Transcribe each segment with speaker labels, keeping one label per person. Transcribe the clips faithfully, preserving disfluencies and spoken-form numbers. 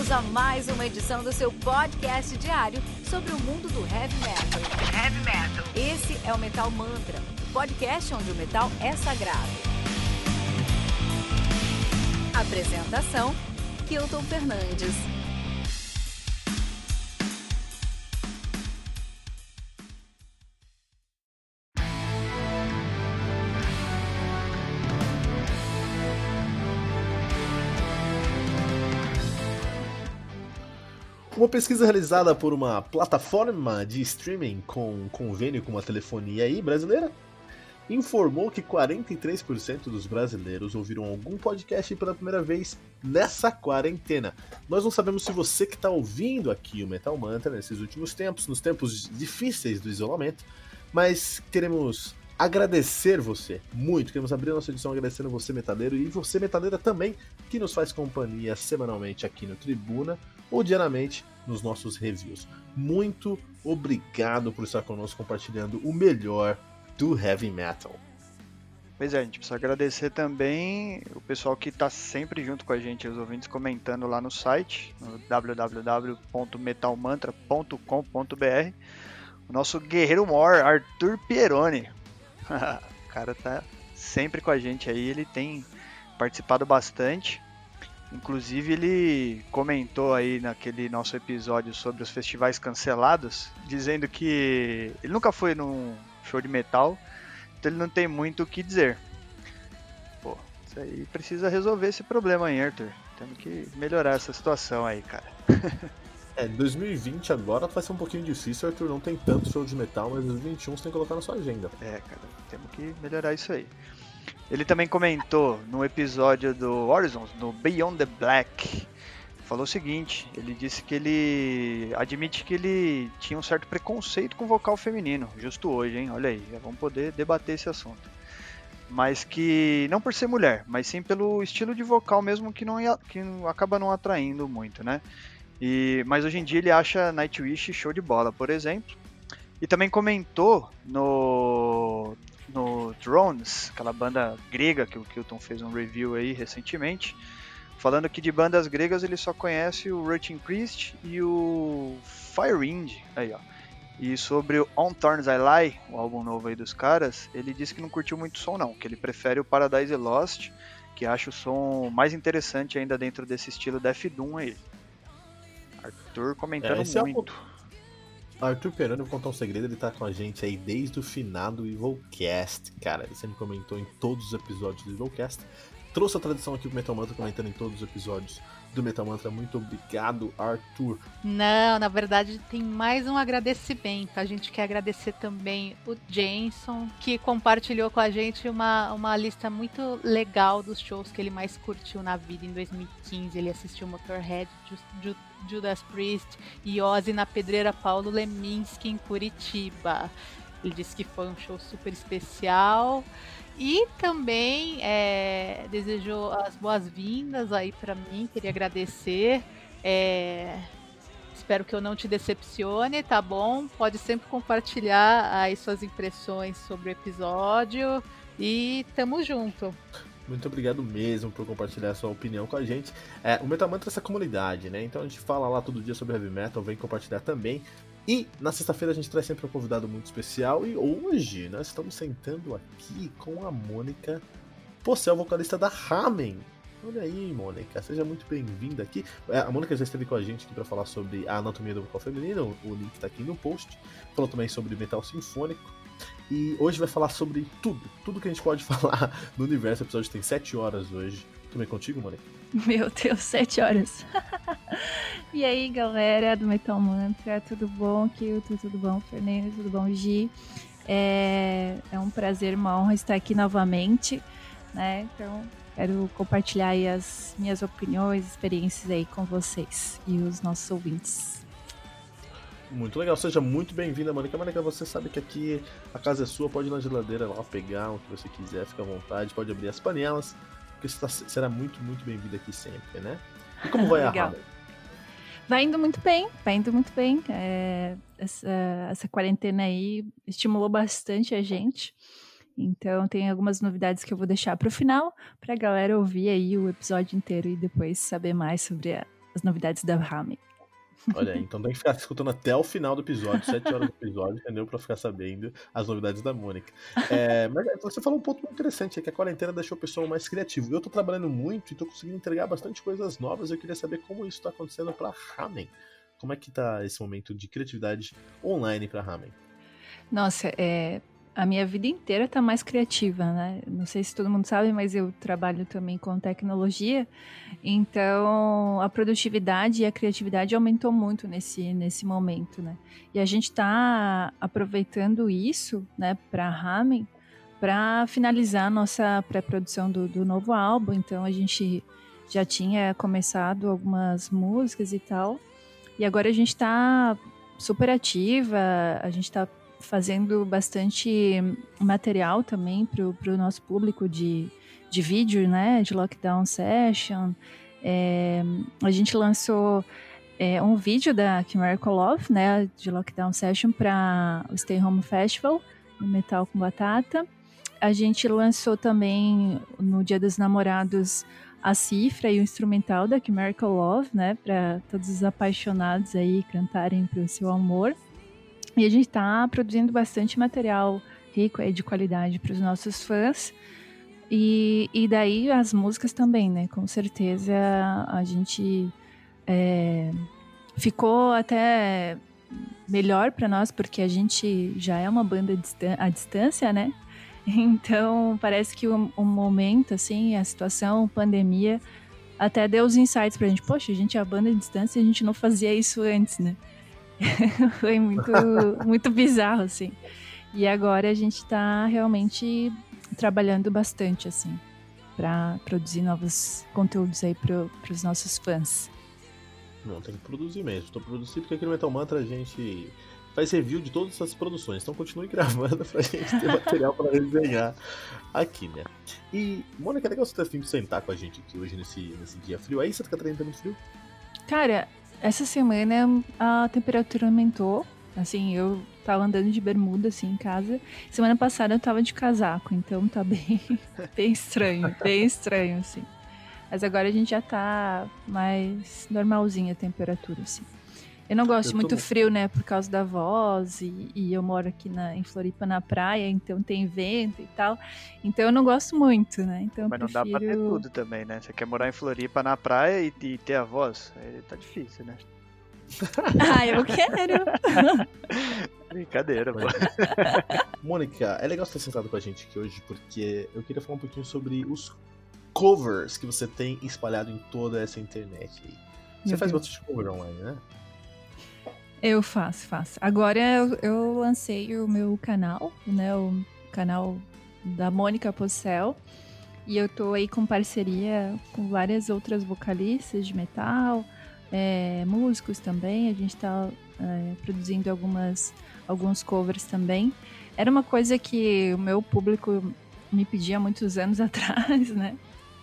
Speaker 1: Bem-vindos a mais uma edição do seu podcast diário sobre o mundo do heavy metal. Heavy metal. Esse é o Metal Mantra, o podcast onde o metal é sagrado. Apresentação: Kilton Fernandes.
Speaker 2: Uma pesquisa realizada por uma plataforma de streaming com convênio com uma telefonia aí brasileira informou que quarenta e três por cento dos brasileiros ouviram algum podcast pela primeira vez nessa quarentena. Nós não sabemos se você que está ouvindo aqui o Metal Mantra nesses últimos tempos, nos tempos difíceis do isolamento, mas queremos agradecer você muito, queremos abrir a nossa edição agradecendo você, metaleiro, e você, metaleira, também, que nos faz companhia semanalmente aqui no Tribuna ou diariamente nos nossos reviews. Muito obrigado por estar conosco compartilhando o melhor do heavy metal.
Speaker 3: Pois é, a gente precisa agradecer também o pessoal que está sempre junto com a gente, os ouvintes comentando lá no site, no w w w ponto metal mantra ponto com ponto b r. O nosso guerreiro mor, Arthur Pieroni. O cara tá sempre com a gente aí, ele tem participado bastante. Inclusive ele comentou aí naquele nosso episódio sobre os festivais cancelados, dizendo que ele nunca foi num show de metal, então ele não tem muito o que dizer. Pô, isso aí precisa resolver esse problema aí, Arthur. Temos que melhorar essa situação aí, cara.
Speaker 2: É, dois mil e vinte agora vai ser um pouquinho difícil, Arthur, não tem tanto show de metal, mas dois mil e vinte e um você tem que colocar na sua agenda.
Speaker 3: É, cara, temos que melhorar isso aí. Ele também comentou no episódio do Horizons, no Beyond the Black, falou o seguinte, ele disse que ele admite que ele tinha um certo preconceito com o vocal feminino, justo hoje, hein, olha aí, já vamos poder debater esse assunto. Mas que, não por ser mulher, mas sim pelo estilo de vocal mesmo que, não ia, que acaba não atraindo muito, né? E, mas hoje em dia ele acha Nightwish show de bola, por exemplo. E também comentou no... no Drones, aquela banda grega que o Kilton fez um review aí recentemente, falando que de bandas gregas ele só conhece o Rotting Priest e o Firewind, aí ó. E sobre o On Thorns I Lie, o álbum novo aí dos caras, ele disse que não curtiu muito o som não, que ele prefere o Paradise Lost, que acha o som mais interessante ainda dentro desse estilo Death Doom aí. Arthur comentando
Speaker 2: é,
Speaker 3: muito.
Speaker 2: É o... Arthur Pieroni, vou contar um segredo, ele tá com a gente aí desde o final do Evilcast, cara, ele sempre comentou em todos os episódios do Evilcast, trouxe a tradição aqui pro Metal Mantra, comentando em todos os episódios do Metal Mantra. Muito obrigado, Arthur.
Speaker 4: Não, na verdade tem mais um agradecimento, a gente quer agradecer também o Jason, que compartilhou com a gente uma, uma lista muito legal dos shows que ele mais curtiu na vida. Em dois mil e quinze ele assistiu Motorhead, Just, Just, Judas Priest e Ozzy na Pedreira Paulo Leminski em Curitiba. Ele disse que foi um show super especial e também é, desejou as boas-vindas aí para mim, queria agradecer. É, espero que eu não te decepcione, tá bom? Pode sempre compartilhar aí suas impressões sobre o episódio e tamo junto.
Speaker 2: Muito obrigado mesmo por compartilhar a sua opinião com a gente. É, o Metal Mantra é essa comunidade, né? Então a gente fala lá todo dia sobre heavy metal, vem compartilhar também. E na sexta-feira a gente traz sempre um convidado muito especial. E hoje nós estamos sentando aqui com a Mônica Pocel, vocalista da Ramen. Olha aí, Mônica, seja muito bem-vinda aqui. É, a Mônica já esteve com a gente aqui para falar sobre a anatomia do vocal feminino, o link está aqui no post. Falou também sobre metal sinfônico. E hoje vai falar sobre tudo, tudo que a gente pode falar no universo. O episódio tem sete horas hoje. Tudo bem contigo, Mônica?
Speaker 5: Meu Deus, sete horas. E aí, galera do Metal Mantra, tudo bom? Kilton, tudo bom? Fernando, tudo bom? Gi? É, é um prazer, uma honra estar aqui novamente, né? Então, quero compartilhar aí as minhas opiniões, experiências aí com vocês e os nossos ouvintes.
Speaker 2: Muito legal, seja muito bem-vinda, Mônica. Mônica, você sabe que aqui a casa é sua, pode ir na geladeira lá, pegar o que você quiser, fica à vontade, pode abrir as panelas, porque você tá, será muito, muito bem-vinda aqui sempre, né? E como vai a Ramen?
Speaker 5: Vai indo muito bem, vai indo muito bem. É, essa, essa quarentena aí estimulou bastante a gente. Então tem algumas novidades que eu vou deixar para o final, para a galera ouvir aí o episódio inteiro e depois saber mais sobre a, as novidades da Hamming.
Speaker 2: Olha, então tem que ficar escutando até o final do episódio, sete horas do episódio, entendeu? Pra ficar sabendo as novidades da Mônica. É, mas você falou um ponto muito interessante, é que a quarentena deixou o pessoal mais criativo. Eu tô trabalhando muito e tô conseguindo entregar bastante coisas novas. Eu queria saber como isso tá acontecendo pra Hamming. Como é que tá esse momento de criatividade online pra Hamming?
Speaker 5: Nossa, é... a minha vida inteira tá mais criativa, né? Não sei se todo mundo sabe, mas eu trabalho também com tecnologia, então a produtividade e a criatividade aumentou muito nesse, nesse momento, né? E a gente tá aproveitando isso, né, para Hamming, para finalizar a nossa pré-produção do, do novo álbum. Então a gente já tinha começado algumas músicas e tal, e agora a gente tá super ativa, a gente tá fazendo bastante material também para o nosso público de, de vídeo, né, de Lockdown Session. É, a gente lançou é, um vídeo da Chemical Love, né, de Lockdown Session para o Stay Home Festival, no Metal com Batata. A gente lançou também, no Dia dos Namorados, a cifra e o instrumental da Chemical Love, né, para todos os apaixonados aí cantarem para o seu amor. E a gente está produzindo bastante material rico aí de qualidade para os nossos fãs. E, e daí as músicas também, né? Com certeza a gente é, ficou até melhor para nós, porque a gente já é uma banda à distância, né? Então parece que o, o momento, assim, a situação, a pandemia, até deu os insights pra gente. Poxa, a gente é a banda à distância e a gente não fazia isso antes, né? Foi muito, muito bizarro, assim. E agora a gente tá realmente trabalhando bastante, assim, pra produzir novos conteúdos aí pro, pros nossos fãs.
Speaker 2: Não, tem que produzir mesmo. Tô produzindo porque aqui no Metal Mantra a gente faz review de todas essas produções. Então continue gravando pra gente ter material pra resenhar aqui, né? E, Mônica, é legal você ter vindo sentar com a gente aqui hoje nesse, nesse dia frio. Aí, Santa Catarina tá muito frio?
Speaker 5: Cara, essa semana a temperatura aumentou. Assim, eu tava andando de bermuda, assim, em casa. Semana passada eu tava de casaco, então tá bem, bem estranho, bem estranho, assim. Mas agora a gente já tá mais normalzinha a temperatura, assim. Eu não gosto eu muito muito frio, né, por causa da voz, e, e eu moro aqui na, em Floripa, na praia, então tem vento e tal. Então eu não gosto muito, né, então
Speaker 3: Mas
Speaker 5: eu prefiro...
Speaker 3: não dá pra ter tudo também, né? Você quer morar em Floripa, na praia, e, e ter a voz? Aí tá difícil, né?
Speaker 5: Ah, eu quero!
Speaker 3: Brincadeira, pô.
Speaker 2: Mônica, é legal você ter sentado com a gente aqui hoje, porque eu queria falar um pouquinho sobre os covers que você tem espalhado em toda essa internet aí. Você Meu faz Deus. bastante cover online, né?
Speaker 5: Eu faço, faço. Agora eu, eu lancei o meu canal, né? O canal da Mônica Pocel. E eu tô aí com parceria com várias outras vocalistas de metal, é, músicos também. A gente tá é, produzindo algumas, alguns covers também. Era uma coisa que o meu público me pedia há muitos anos atrás, né?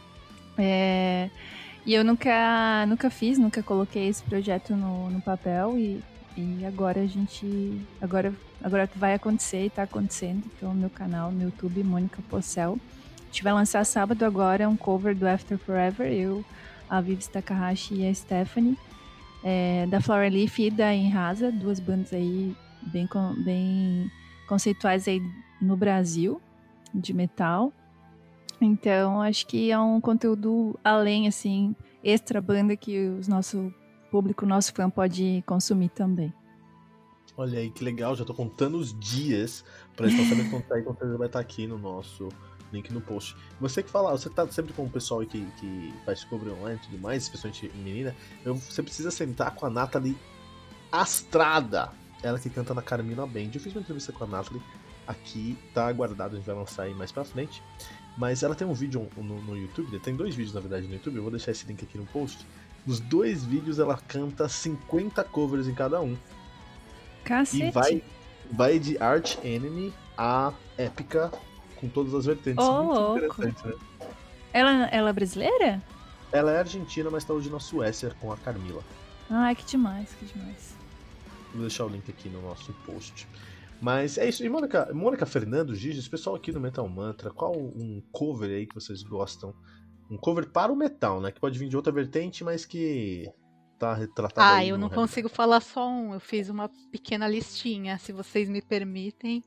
Speaker 5: É, e eu nunca, nunca fiz, nunca coloquei esse projeto no, no papel e E agora a gente... Agora, agora vai acontecer e tá acontecendo. Então, meu canal no YouTube, Mônica Pocel. A gente vai lançar sábado agora um cover do After Forever. Eu, a Vivi Takahashi e a Stephanie. É, da Flower Leaf e da Enrasa. Duas bandas aí bem, bem conceituais aí no Brasil, de metal. Então, acho que é um conteúdo além, assim, extra banda que os nossos... público, nosso fã pode consumir também.
Speaker 2: Olha aí, que legal, já tô contando os dias pra eles saber quando sair, então você vai estar aqui no nosso link no post. Você que fala, você tá sempre com o pessoal aí que, que faz cover online e tudo mais, especialmente menina, eu, você precisa sentar com a Nathalie Astrada, ela que canta na Carmina Band. Eu fiz uma entrevista com a Nathalie, aqui tá aguardado, a gente vai lançar aí mais pra frente, mas ela tem um vídeo no, no YouTube, tem dois vídeos na verdade no YouTube, eu vou deixar esse link aqui no post. Nos dois vídeos ela canta cinquenta covers em cada um.
Speaker 5: Cacete.
Speaker 2: E vai, vai de Arch Enemy a épica com todas as vertentes.
Speaker 5: Oh,
Speaker 2: muito
Speaker 5: louco.
Speaker 2: interessante, né?
Speaker 5: Ela, ela é brasileira?
Speaker 2: Ela é argentina, mas tá hoje na Suécia com a Carmila.
Speaker 5: Ai, que demais, que demais.
Speaker 2: Vou deixar o link aqui no nosso post. Mas é isso. E Mônica, Mônica Fernando, Gigi, esse pessoal aqui no Metal Mantra, qual um cover aí que vocês gostam? Um cover para o metal, né? Que pode vir de outra vertente, mas que tá retratado
Speaker 4: Ah,
Speaker 2: aí
Speaker 4: eu
Speaker 2: no
Speaker 4: não
Speaker 2: Heavy
Speaker 4: consigo falar só um. Eu fiz uma pequena listinha, se vocês me permitem.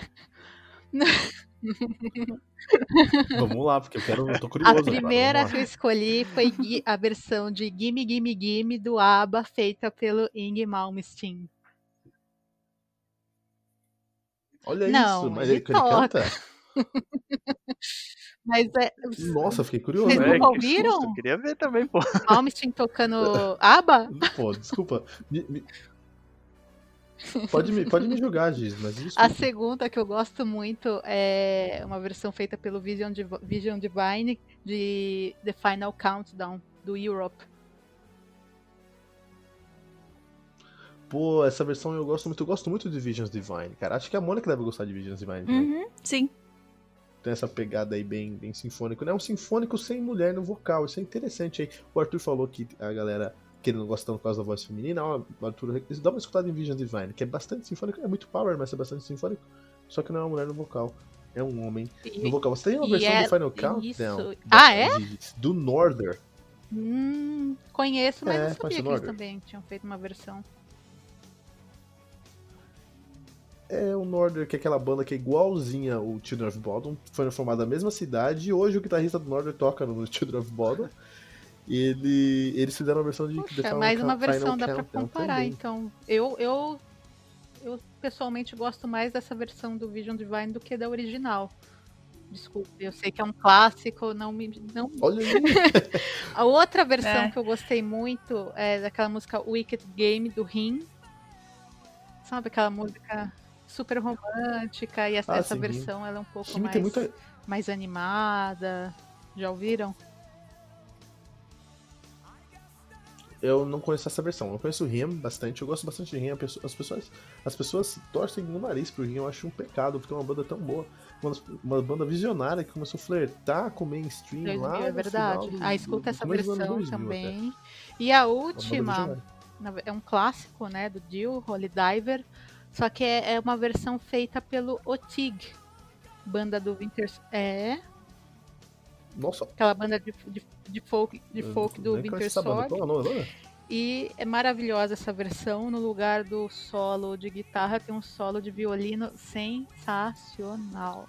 Speaker 2: Vamos lá, porque eu quero, eu tô
Speaker 4: A
Speaker 2: curioso
Speaker 4: primeira
Speaker 2: agora.
Speaker 4: que eu escolhi foi Gui- a versão de Gimme Gimme Gimme do ABBA, feita pelo Ing Malmsteen.
Speaker 2: Olha isso,
Speaker 4: Não,
Speaker 2: mas
Speaker 4: ele
Speaker 2: ele, ele
Speaker 4: toca.
Speaker 2: canta?
Speaker 4: Mas é,
Speaker 2: Nossa, fiquei curioso
Speaker 4: vocês
Speaker 3: Ué,
Speaker 4: nunca
Speaker 2: agora.
Speaker 3: que susto,
Speaker 4: ouviram?
Speaker 3: eu queria ver também, pô.
Speaker 4: Malmsteen tocando ABBA?
Speaker 2: Pô, desculpa. Me- me- Pode, me, pode me julgar, Giz, mas
Speaker 4: A
Speaker 2: desculpa.
Speaker 4: segunda que eu gosto muito é uma versão feita pelo Vision, Div- Vision Divine de The Final Countdown, do Europe.
Speaker 2: Pô, essa versão eu gosto muito. Eu gosto muito de Visions Divine, cara. Acho que a Mônica deve gostar de Visions Divine também.
Speaker 5: Uhum, sim.
Speaker 2: Tem essa pegada aí bem, bem sinfônico. Não é um sinfônico sem mulher no vocal. Isso é interessante aí. O Arthur falou que a galera que ele não gosta tanto por causa da voz feminina. Ó, Arthur, dá uma escutada em Visions Divine, que é bastante sinfônico. É muito power, mas é bastante sinfônico. Só que não é uma mulher no vocal. É um homem
Speaker 4: E-
Speaker 2: no vocal. Você tem uma
Speaker 4: e
Speaker 2: versão
Speaker 4: é-
Speaker 2: do Final
Speaker 4: isso.
Speaker 2: Countdown?
Speaker 4: Ah, é?
Speaker 2: Do Northern.
Speaker 4: Hum, conheço, mas
Speaker 2: É,
Speaker 4: não
Speaker 2: conhece
Speaker 4: sabia
Speaker 2: o
Speaker 4: que eles
Speaker 2: Northern?
Speaker 4: também tinham feito uma versão.
Speaker 2: É o Northern, que é aquela banda que é igualzinha o Children of Bodom, foi formada na mesma cidade, e hoje o guitarrista do Northern toca no Children of Bodom. E ele, eles fizeram uma versão de The
Speaker 4: Puxa,
Speaker 2: Final
Speaker 4: mais uma
Speaker 2: Count- Final
Speaker 4: versão dá pra
Speaker 2: Countdown
Speaker 4: comparar,
Speaker 2: também.
Speaker 4: então. Eu, eu, eu pessoalmente gosto mais dessa versão do Vision Divine do que da original. Desculpe, eu sei que é um clássico, não me. Não...
Speaker 2: Olha aí.
Speaker 4: A outra versão
Speaker 5: É.
Speaker 4: que eu gostei muito é daquela música Wicked Game do Rim. Sabe aquela música super romântica, e essa,
Speaker 2: Ah,
Speaker 4: essa
Speaker 2: sim, Rim.
Speaker 4: versão ela é um pouco
Speaker 2: Rim
Speaker 4: mais,
Speaker 2: tem muita.
Speaker 4: mais animada. Já ouviram?
Speaker 2: Eu não conheço essa versão. Eu conheço o Rim bastante. Eu gosto bastante de Rim. As pessoas, as pessoas torcem no nariz pro Rim. Eu acho um pecado, porque é uma banda tão boa. Uma, uma banda visionária que começou a flertar com o mainstream
Speaker 4: dois mil,
Speaker 2: lá.
Speaker 4: é
Speaker 2: no
Speaker 4: verdade.
Speaker 2: final do-
Speaker 4: Ah, escuta
Speaker 2: do
Speaker 4: essa
Speaker 2: começo dos anos
Speaker 4: versão
Speaker 2: dois mil
Speaker 4: também. E a
Speaker 2: até. Uma banda
Speaker 4: última
Speaker 2: visionária.
Speaker 4: na- é um clássico, né, do Dio, Holy Diver, só que é, é uma versão feita pelo Otig, banda do Winter, é
Speaker 2: Nossa,
Speaker 4: aquela banda de, de, de folk, de
Speaker 2: eu
Speaker 4: folk do
Speaker 2: nem conheço
Speaker 4: Winter
Speaker 2: essa banda.
Speaker 4: Sword.
Speaker 2: Qual é o nome da banda?
Speaker 4: E é maravilhosa essa versão. No lugar do solo de guitarra tem um solo de violino sensacional.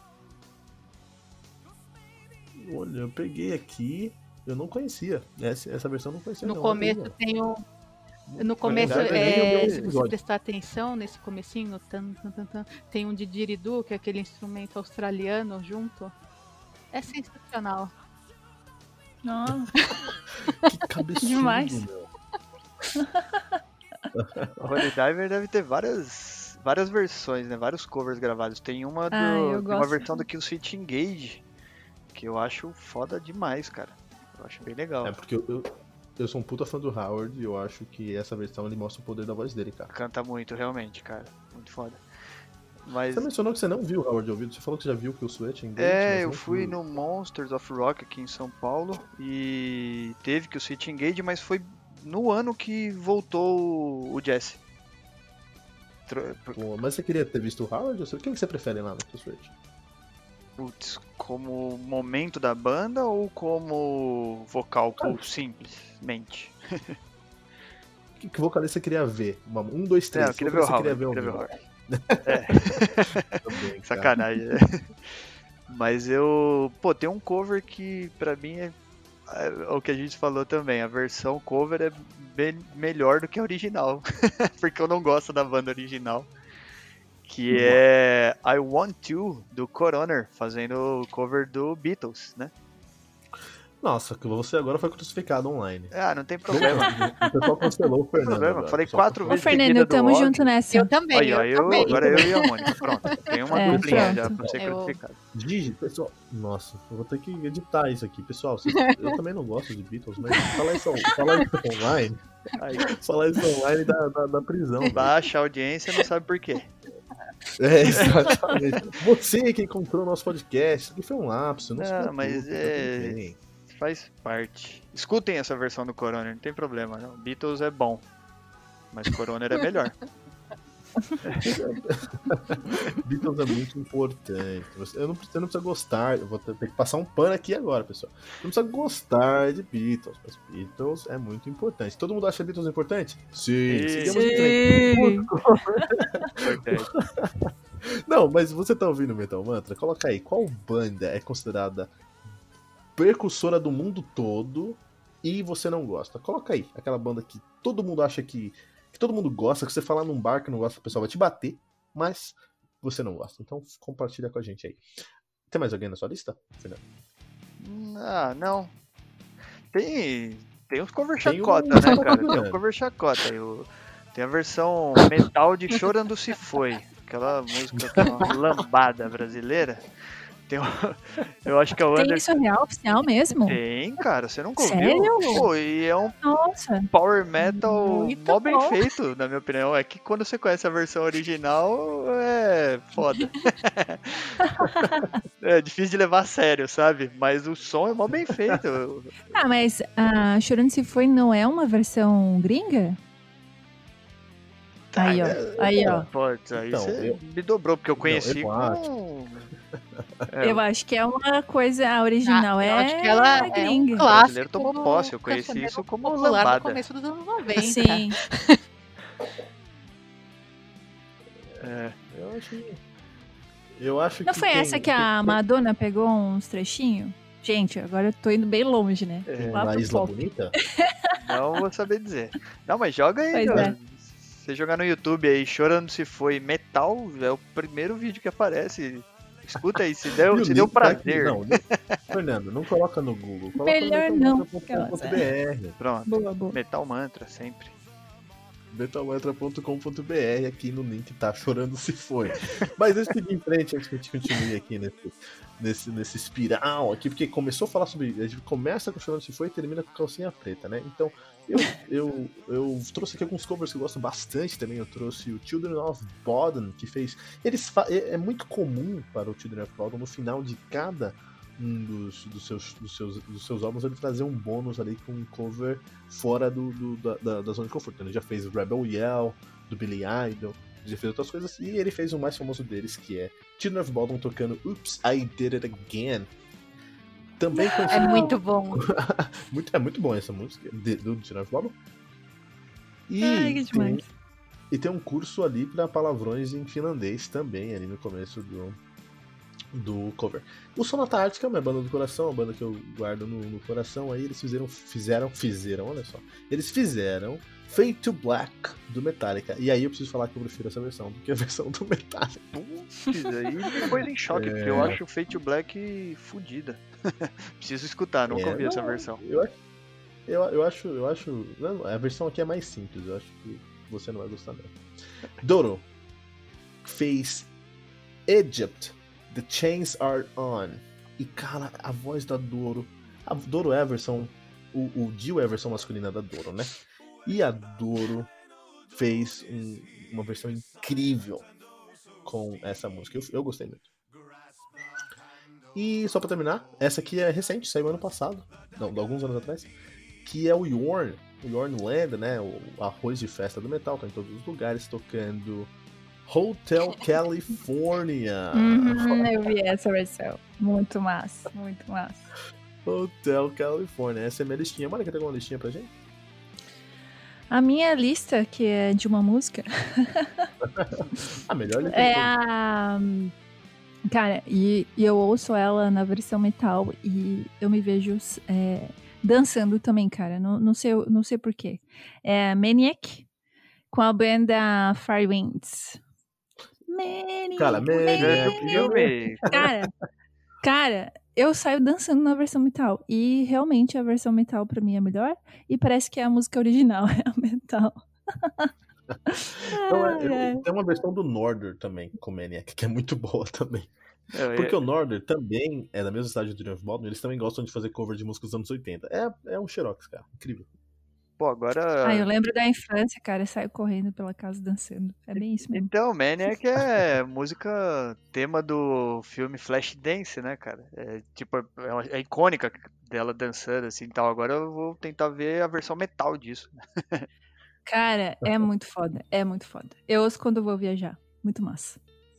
Speaker 2: Olha, eu peguei aqui, eu não conhecia. Essa, essa versão eu não conhecia.
Speaker 4: No
Speaker 2: não,
Speaker 4: começo
Speaker 2: olha aí,
Speaker 4: tem o No
Speaker 2: ó.
Speaker 4: começo,
Speaker 2: Na verdade,
Speaker 4: é,
Speaker 2: nem eu vi o
Speaker 4: se você
Speaker 2: episódio.
Speaker 4: prestar atenção nesse comecinho, no tan, tan, tan, tan, tem um didgeridoo, que é aquele instrumento australiano junto. É sensacional.
Speaker 5: Nossa,
Speaker 2: Que cabeçudo,
Speaker 5: Demais.
Speaker 2: meu.
Speaker 3: O Holy Diver deve ter várias, várias versões, né? Vários covers gravados. Tem uma, do,
Speaker 5: Ah, eu
Speaker 3: tem uma
Speaker 5: gosto.
Speaker 3: versão do Kill Switch Engage, que eu acho foda demais, cara. Eu acho bem legal.
Speaker 2: É porque eu, eu, eu sou um puta fã do Howard e eu acho que essa versão ele mostra o poder da voz dele, cara.
Speaker 3: Canta muito, realmente, cara. Muito foda. Mas
Speaker 2: Você mencionou que você não viu o Howard ouvido, você falou que você já viu o Kill Switch Engage, mas
Speaker 3: é, eu
Speaker 2: não
Speaker 3: fui
Speaker 2: viu.
Speaker 3: no Monsters of Rock aqui em São Paulo e teve que o Switch Engage, mas foi no ano que voltou o Jesse. Tro-
Speaker 2: Pô, mas você queria ter visto o Howard? Ou você- Quem que você prefere lá no Kill Switch?
Speaker 3: Putz, como momento da banda ou como vocal
Speaker 2: Ah.
Speaker 3: ou simplesmente?
Speaker 2: Que, que vocalista você queria ver? Uma- Um, dois,
Speaker 3: É,
Speaker 2: três.
Speaker 3: eu queria
Speaker 2: Que
Speaker 3: ver o
Speaker 2: vocalista
Speaker 3: Howard.
Speaker 2: você
Speaker 3: Queria ver o
Speaker 2: ao
Speaker 3: Howard.
Speaker 2: vivo? Também, cara.
Speaker 3: Sacanagem. né? Mas eu. Pô, tem um cover que pra mim é, é o que a gente falou também. A versão cover é bem melhor do que a original. Porque eu não gosto da banda original. Que é I Want To, do Coroner, fazendo o cover do Beatles, né?
Speaker 2: Nossa, que você agora foi crucificado online.
Speaker 3: Ah, não tem problema.
Speaker 2: O pessoal cancelou o
Speaker 3: Não tem
Speaker 2: Fernando.
Speaker 3: problema.
Speaker 2: agora.
Speaker 3: Falei
Speaker 2: O pessoal
Speaker 3: quatro
Speaker 5: Ô,
Speaker 3: vezes.
Speaker 5: Fernando,
Speaker 3: seguida do
Speaker 5: tamo
Speaker 3: ódio.
Speaker 5: junto nessa.
Speaker 4: Eu também,
Speaker 3: Aí, ó,
Speaker 4: eu,
Speaker 3: eu,
Speaker 4: também.
Speaker 3: agora eu e a Mônica. Pronto. Tem uma
Speaker 5: É,
Speaker 3: duplinha
Speaker 5: pronto.
Speaker 3: já pra ser
Speaker 4: Eu-
Speaker 3: crucificado.
Speaker 2: Gigi, pessoal. Nossa, eu vou ter que editar isso aqui. Pessoal, vocês- eu também não gosto de Beatles, mas falar isso, falar isso online.
Speaker 3: Aí,
Speaker 2: Falar isso online da, da, da prisão. velho.
Speaker 3: baixa a audiência não sabe por quê.
Speaker 2: É, exatamente. Você que encontrou o nosso podcast, isso aqui foi um lapso. Não,
Speaker 3: Não,
Speaker 2: se preocupe,
Speaker 3: mas
Speaker 2: tá
Speaker 3: é-
Speaker 2: tudo bem.
Speaker 3: Faz parte. Escutem essa versão do Coroner, não tem problema. Não. Beatles é bom, mas Coroner é melhor.
Speaker 2: Beatles é muito importante. Você, eu não, você não precisa gostar. Eu vou ter, ter que passar um pano aqui agora, pessoal. Não precisa gostar de Beatles, mas Beatles é muito importante. Todo mundo acha Beatles importante? Sim.
Speaker 3: Sim.
Speaker 2: Seguimos em frente.
Speaker 3: Importante.
Speaker 2: Não, mas você tá ouvindo Metal Mantra? Coloca aí, qual banda é considerada precursora do mundo todo e você não gosta? Coloca aí, aquela banda que todo mundo acha que, que todo mundo gosta, que você falar num bar que não gosta, o pessoal vai te bater, mas você não gosta. Então compartilha com a gente aí. Tem mais alguém na sua lista, Fernando?
Speaker 3: Ah, não. Tem, tem uns cover
Speaker 2: Tem um-
Speaker 3: chacota, né, cara? Tem um cover chacota. Eu, tem a versão metal de Chorando Se Foi. Aquela música que é uma lambada brasileira. Tem um, eu acho que é o
Speaker 5: Tem
Speaker 3: Under...
Speaker 5: isso real, oficial mesmo?
Speaker 3: Tem, cara, você nunca ouviu?
Speaker 5: Sério?
Speaker 3: Pô, e é um
Speaker 5: Nossa.
Speaker 3: power metal
Speaker 5: Muito
Speaker 3: mó bem
Speaker 5: bom.
Speaker 3: feito, na minha opinião. É que quando você conhece a versão original, é foda. É difícil de levar a sério, sabe? Mas o som é mó bem feito.
Speaker 5: Ah, mas a Chorando Se Foi não é uma versão gringa? Aí, ó. Aí, ó.
Speaker 3: Putz, aí
Speaker 2: Então,
Speaker 3: você
Speaker 2: eu-
Speaker 3: me dobrou, porque eu conheci
Speaker 2: eu
Speaker 3: com... É,
Speaker 5: Eu acho que é uma coisa, a original
Speaker 4: Ah,
Speaker 5: é
Speaker 4: eu acho que ela é um
Speaker 5: gringa.
Speaker 3: o
Speaker 4: clássico
Speaker 3: brasileiro tomou
Speaker 4: do
Speaker 3: posse, eu conheci
Speaker 4: cancioneiro
Speaker 3: isso como
Speaker 4: popular
Speaker 3: lambada.
Speaker 4: no começo dos anos noventa.
Speaker 5: Sim.
Speaker 3: É,
Speaker 2: Eu acho, eu acho
Speaker 5: Não
Speaker 2: que
Speaker 5: foi
Speaker 2: tem-
Speaker 5: essa que a
Speaker 2: tem-
Speaker 5: Madonna pegou uns trechinhos? Gente, agora eu tô indo bem longe, né?
Speaker 3: É,
Speaker 5: Lá
Speaker 2: na
Speaker 5: pro
Speaker 2: Isla
Speaker 5: pop.
Speaker 2: Bonita?
Speaker 3: não vou saber dizer. Não, mas joga aí,
Speaker 5: Pois
Speaker 3: ó.
Speaker 5: é.
Speaker 3: Você jogar no YouTube aí, Chorando Se Foi Metal, é o primeiro vídeo que aparece. Escuta aí, se deu,
Speaker 2: E o
Speaker 3: se deu
Speaker 2: link tá aqui.
Speaker 3: prazer.
Speaker 2: Não, não- Fernando, não coloca no Google. Coloca
Speaker 5: Melhor
Speaker 2: no
Speaker 5: não.
Speaker 2: metalmantra ponto com ponto b r.
Speaker 3: Pronto,
Speaker 5: Boa, boa.
Speaker 3: Metal Mantra, sempre.
Speaker 2: metalmantra ponto com ponto b r, aqui no link tá Chorando Se Foi. Mas antes de seguir em frente, antes que a gente continue aqui nesse, nesse, nesse espiral aqui, porque começou a falar sobre. A gente começa com Chorando Se Foi e termina com calcinha preta, né? Então, eu, eu, eu trouxe aqui alguns covers que eu gosto bastante também. Eu trouxe o Children of Bodom, que fez. Eles fa... é, é muito comum para o Children of Bodom, no final de cada um dos, dos, seus, dos, seus, dos seus álbuns, ele trazer um bônus ali com um cover fora do, do, da, da, da zona de conforto. Ele já fez Rebel Yell, do Billy Idol, já fez outras coisas, e ele fez o mais famoso deles, que é Children of Bodom tocando Oops, I Did It Again. Também
Speaker 4: É
Speaker 2: conhecido...
Speaker 4: muito bom.
Speaker 2: muito, é muito bom essa música de, do Children of Bodom. E,
Speaker 5: Ai, que
Speaker 2: tem,
Speaker 5: demais.
Speaker 2: e tem um curso ali para palavrões em finlandês também, ali no começo do, do cover. O Sonata Ártica é uma banda do coração, uma banda que eu guardo no, no coração. Aí eles fizeram, fizeram, fizeram, olha só. Eles fizeram Fade to Black do Metallica. E aí eu preciso falar que eu prefiro essa versão do que a versão do Metallica.
Speaker 3: Putz, aí me pôs em choque,
Speaker 2: É.
Speaker 3: porque eu acho o Fate to Black fudida. Preciso escutar, nunca
Speaker 2: É,
Speaker 3: ouvi essa
Speaker 2: não,
Speaker 3: versão.
Speaker 2: Eu, acho- eu, eu acho, eu acho. Não, a versão aqui é mais simples, eu acho que você não vai gostar dela. Doro fez Egypt, The Chains Are On. E cara, a voz da Doro. A Doro é a versão. O, o Dio é a versão masculina da Doro, né? E a Doro fez um- uma versão incrível com essa música. Eu, eu gostei muito. E só pra terminar, essa aqui é recente, saiu ano passado, não, de alguns anos atrás, que é o Yorn, o Yorn Land, né, o arroz de festa do metal, tá em todos os lugares tocando Hotel California.
Speaker 5: Hum, eu vi essa versão. Muito massa, muito massa.
Speaker 2: Hotel California, essa é a minha listinha. Mora, quer ter alguma listinha pra gente?
Speaker 5: A minha lista, que é de uma música,
Speaker 2: A melhor lista
Speaker 5: é
Speaker 2: de todas.
Speaker 5: a. Cara, e, e eu ouço ela na versão metal e eu me vejo é, dançando também, cara. Não, não sei, não sei porquê. É Maniac com a banda Firewinds. Maniac.
Speaker 2: Cara, Maniac.
Speaker 3: É do filme.
Speaker 5: Cara, cara, eu saio dançando na versão metal. E realmente a versão metal pra mim é melhor. E parece que é a música original, é a metal.
Speaker 2: Então, é,
Speaker 5: Ai,
Speaker 2: eu-
Speaker 5: ai.
Speaker 2: tem uma versão do Norder também, com Maniac, que é muito boa também.
Speaker 3: Eu-
Speaker 2: Porque o Norder também é da mesma cidade do Dream of Bodom, eles também gostam de fazer cover de músicas dos anos oitenta. É, é um xerox, cara. Incrível.
Speaker 3: Pô, agora.
Speaker 5: Ah, eu lembro da infância, cara. Eu saio correndo pela casa dançando. É bem isso mesmo.
Speaker 3: Então, Maniac é música tema do filme Flashdance, né, cara? É, tipo, é, uma- é icônica dela dançando assim e tal. Agora eu vou tentar ver a versão metal disso.
Speaker 5: Cara, é muito foda, é muito foda. Eu ouço quando eu vou viajar. Muito massa.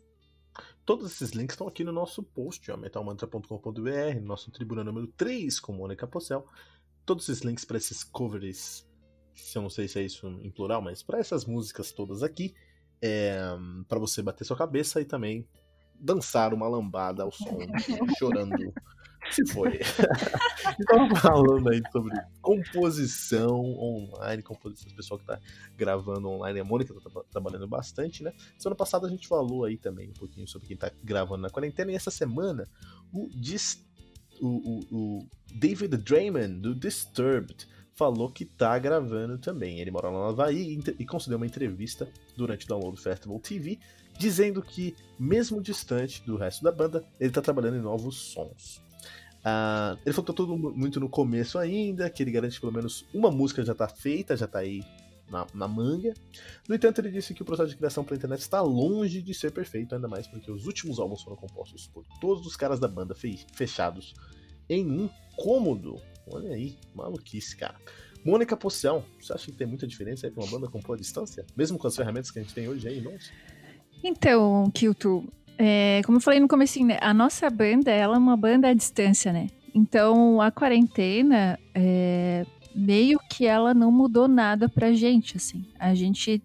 Speaker 2: Todos esses links estão aqui no nosso post, ó, metal mantra ponto com ponto b r, no nosso Tribuna número três com Mônica Pocel. Todos esses links para esses covers, se eu não sei se é isso em plural, mas para essas músicas todas aqui, é, para você bater sua cabeça e também dançar uma lambada ao som, chorando. Se foi. Estava falando aí sobre composição online, composição, o pessoal que tá gravando online, a Mônica tá tra- trabalhando bastante, né? Semana passada a gente falou aí também um pouquinho sobre quem tá gravando na quarentena, e essa semana o, Dis, o, o, o David Draiman, do Disturbed, falou que tá gravando também. Ele mora lá no Havaí e, e concedeu uma entrevista durante o Download Festival T V, dizendo que, mesmo distante do resto da banda, ele tá trabalhando em novos sons. Uh, ele falou que tá tudo muito no começo ainda, que ele garante que pelo menos uma música já tá feita, já tá aí na, na manga. No entanto, ele disse que o processo de criação pela internet está longe de ser perfeito, ainda mais porque os últimos álbuns foram compostos por todos os caras da banda fe- fechados em um cômodo. Olha aí, maluquice, cara. Mônica Pocel, você acha que tem muita diferença aí pra uma banda compor à distância? Mesmo com as ferramentas que a gente tem hoje aí, irmãos?
Speaker 5: Então, Kilton, é, como eu falei no comecinho, né, a nossa banda, ela é uma banda à distância, né? Então, a quarentena, é, meio que ela não mudou nada pra gente, assim. A gente,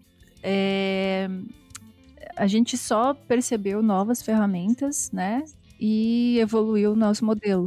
Speaker 5: é, a gente só percebeu novas ferramentas, né? E evoluiu o nosso modelo.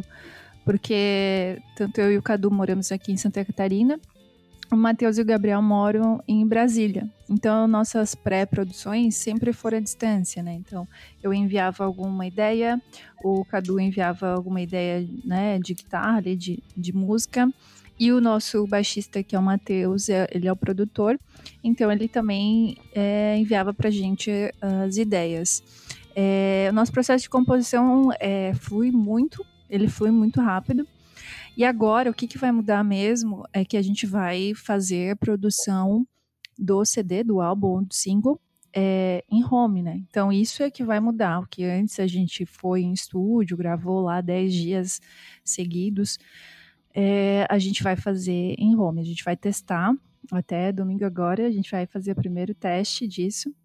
Speaker 5: Porque tanto eu e o Cadu moramos aqui em Santa Catarina, o Matheus e o Gabriel moram em Brasília. Então, nossas pré-produções sempre foram à distância, né? Então, eu enviava alguma ideia, o Cadu enviava alguma ideia, né, de guitarra, de, de música, e o nosso baixista, que é o Matheus, ele é o produtor, então ele também é, enviava pra gente as ideias. É, o nosso processo de composição é, flui muito, ele flui muito rápido. E agora, o que, que vai mudar mesmo é que a gente vai fazer a produção do C D, do álbum, do single, é, em home, né? Então, isso é que vai mudar. O que antes a gente foi em estúdio, gravou lá dez dias seguidos, é, a gente vai fazer em home. A gente vai testar até domingo agora, a gente vai fazer o primeiro teste disso.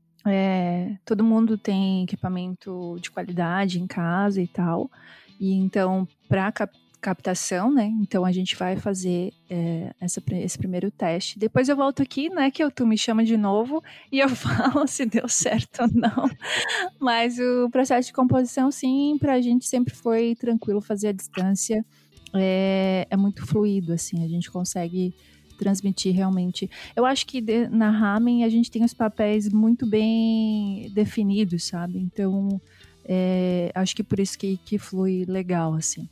Speaker 5: É, todo mundo tem equipamento de qualidade em casa e tal. E então, para captar captação, né? Então a gente vai fazer é, essa, esse primeiro teste. Depois eu volto aqui, né? Que tu me chama de novo e eu falo se deu certo ou não. Mas o processo de composição, sim, pra gente sempre foi tranquilo fazer à distância. É, é muito fluido, assim. A gente consegue transmitir realmente. Eu acho que de, na Ramen a gente tem os papéis muito bem definidos, sabe? Então é, acho que por isso que, que flui legal, assim.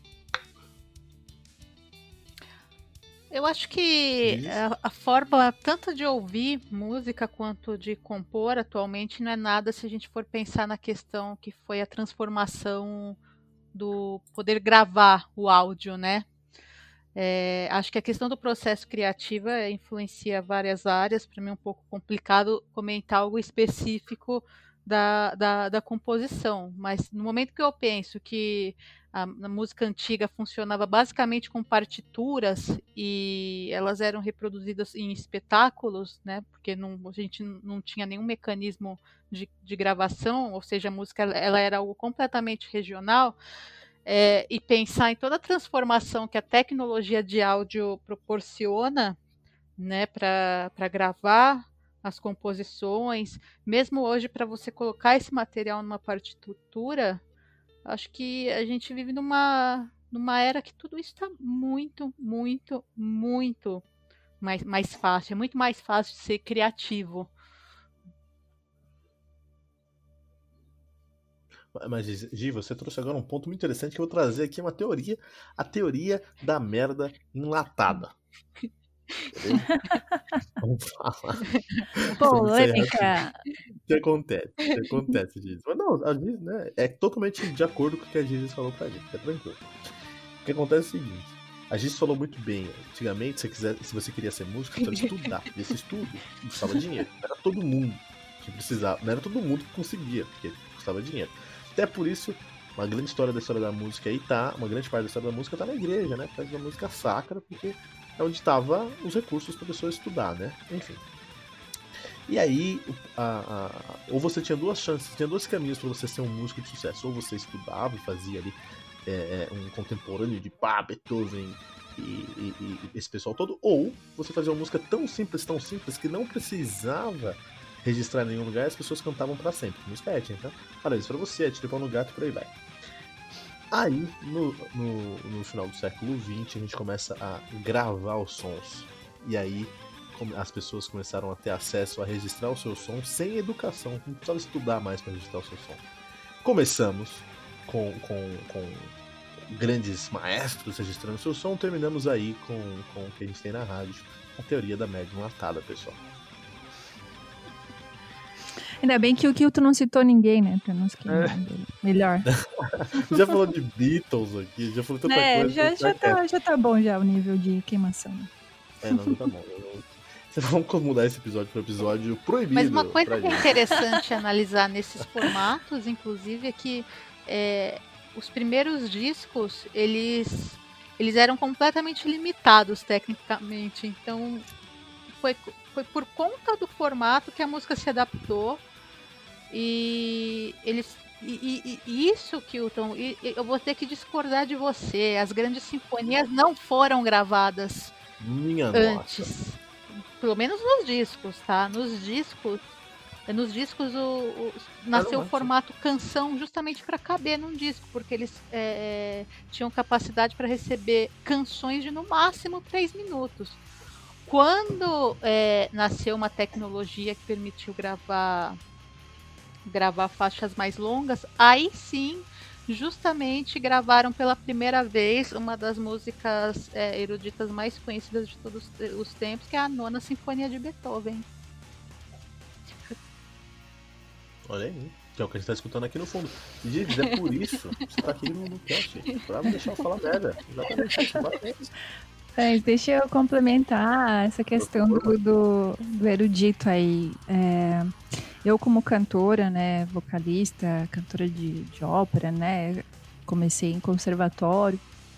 Speaker 4: Eu acho que a, a forma tanto de ouvir música quanto de compor atualmente não é nada se a gente for pensar na questão que foi a transformação do poder gravar o áudio, né? É, acho que a questão do processo criativo influencia várias áreas. Para mim é um pouco complicado comentar algo específico da, da, da composição, mas no momento que eu penso que a, a música antiga funcionava basicamente com partituras e elas eram reproduzidas em espetáculos, né? Porque não, a gente não tinha nenhum mecanismo de, de gravação, ou seja, a música ela era algo completamente regional. É, e pensar em toda a transformação que a tecnologia de áudio proporciona, né, para gravar as composições, mesmo hoje para você colocar esse material numa partitura, acho que a gente vive numa, numa era que tudo isso está muito, muito, muito mais, mais fácil. É muito mais fácil de ser criativo.
Speaker 2: Mas, Gi, você trouxe agora um ponto muito interessante que eu vou trazer aqui, uma teoria, a teoria da merda enlatada. Vamos falar.
Speaker 5: Polêmica.
Speaker 2: O que acontece? O que acontece, Giz? Mas não, a Giz, né, é totalmente de acordo com o que a Giz falou pra gente, fica tranquilo. O que acontece é o seguinte, a Giz falou muito bem, antigamente, se você, quiser, se você queria ser músico, você precisava estudar. E esse estudo custava dinheiro. Não era todo mundo que precisava, não era todo mundo que conseguia, porque custava dinheiro. Até por isso, uma grande história da história da música aí tá, uma grande parte da história da música tá na igreja, né? Por causa da música sacra, porque é onde tava os recursos para a pessoa estudar, né? Enfim. E aí, a, a, ou você tinha duas chances, tinha dois caminhos para você ser um músico de sucesso. Ou você estudava e fazia ali é, um contemporâneo de Bach, Beethoven e, e, e esse pessoal todo, ou você fazia uma música tão simples, tão simples, que não precisava registrar em nenhum lugar e as pessoas cantavam para sempre. Música étnica, então, parabéns pra você, tira pau no gato e por aí vai. Aí, no, no, no final do século vinte, a gente começa a gravar os sons. E aí, as pessoas começaram a ter acesso a registrar o seu som sem educação. Não precisava estudar mais para registrar o seu som. Começamos com, com, com grandes maestros registrando o seu som. Terminamos aí com, com o que a gente tem na rádio. A teoria da médium latada, pessoal.
Speaker 5: Ainda bem que o Kilton não citou ninguém, né? Pra não se queimar. É. Melhor.
Speaker 2: Já falou de Beatles aqui, já falou tanta
Speaker 5: é,
Speaker 2: coisa.
Speaker 5: Já, já, tá, já tá bom já o nível de queimação.
Speaker 2: É, não, já tá bom. Vamos mudar esse episódio para episódio proibido.
Speaker 4: Mas uma coisa que é interessante analisar nesses formatos, inclusive, é que é, os primeiros discos, eles, eles eram completamente limitados tecnicamente. Então, foi, foi por conta do formato que a música se adaptou. E eles e, e, e isso, Kilton, e, eu vou ter que discordar de você. As grandes sinfonias não foram gravadas
Speaker 2: Minha
Speaker 4: antes.
Speaker 2: Nossa.
Speaker 4: Pelo menos nos discos, tá? Nos discos, nos discos o, o, nasceu o formato canção justamente para caber num disco, porque eles é, tinham capacidade para receber canções de no máximo três minutos. Quando é, nasceu uma tecnologia que permitiu gravar gravar faixas mais longas, aí sim, justamente gravaram pela primeira vez uma das músicas é, eruditas mais conhecidas de todos os tempos, que é a Nona Sinfonia de Beethoven.
Speaker 2: Olha aí, que é o que a gente tá escutando aqui no fundo. E Gibbs, é por isso que você tá aqui no, no cast, pra me deixar eu falar merda. Exatamente isso, parabéns.
Speaker 5: É, deixa eu complementar essa questão do, do, do erudito aí. É, eu como cantora, né, vocalista, cantora de, de ópera, né, comecei em conservatório.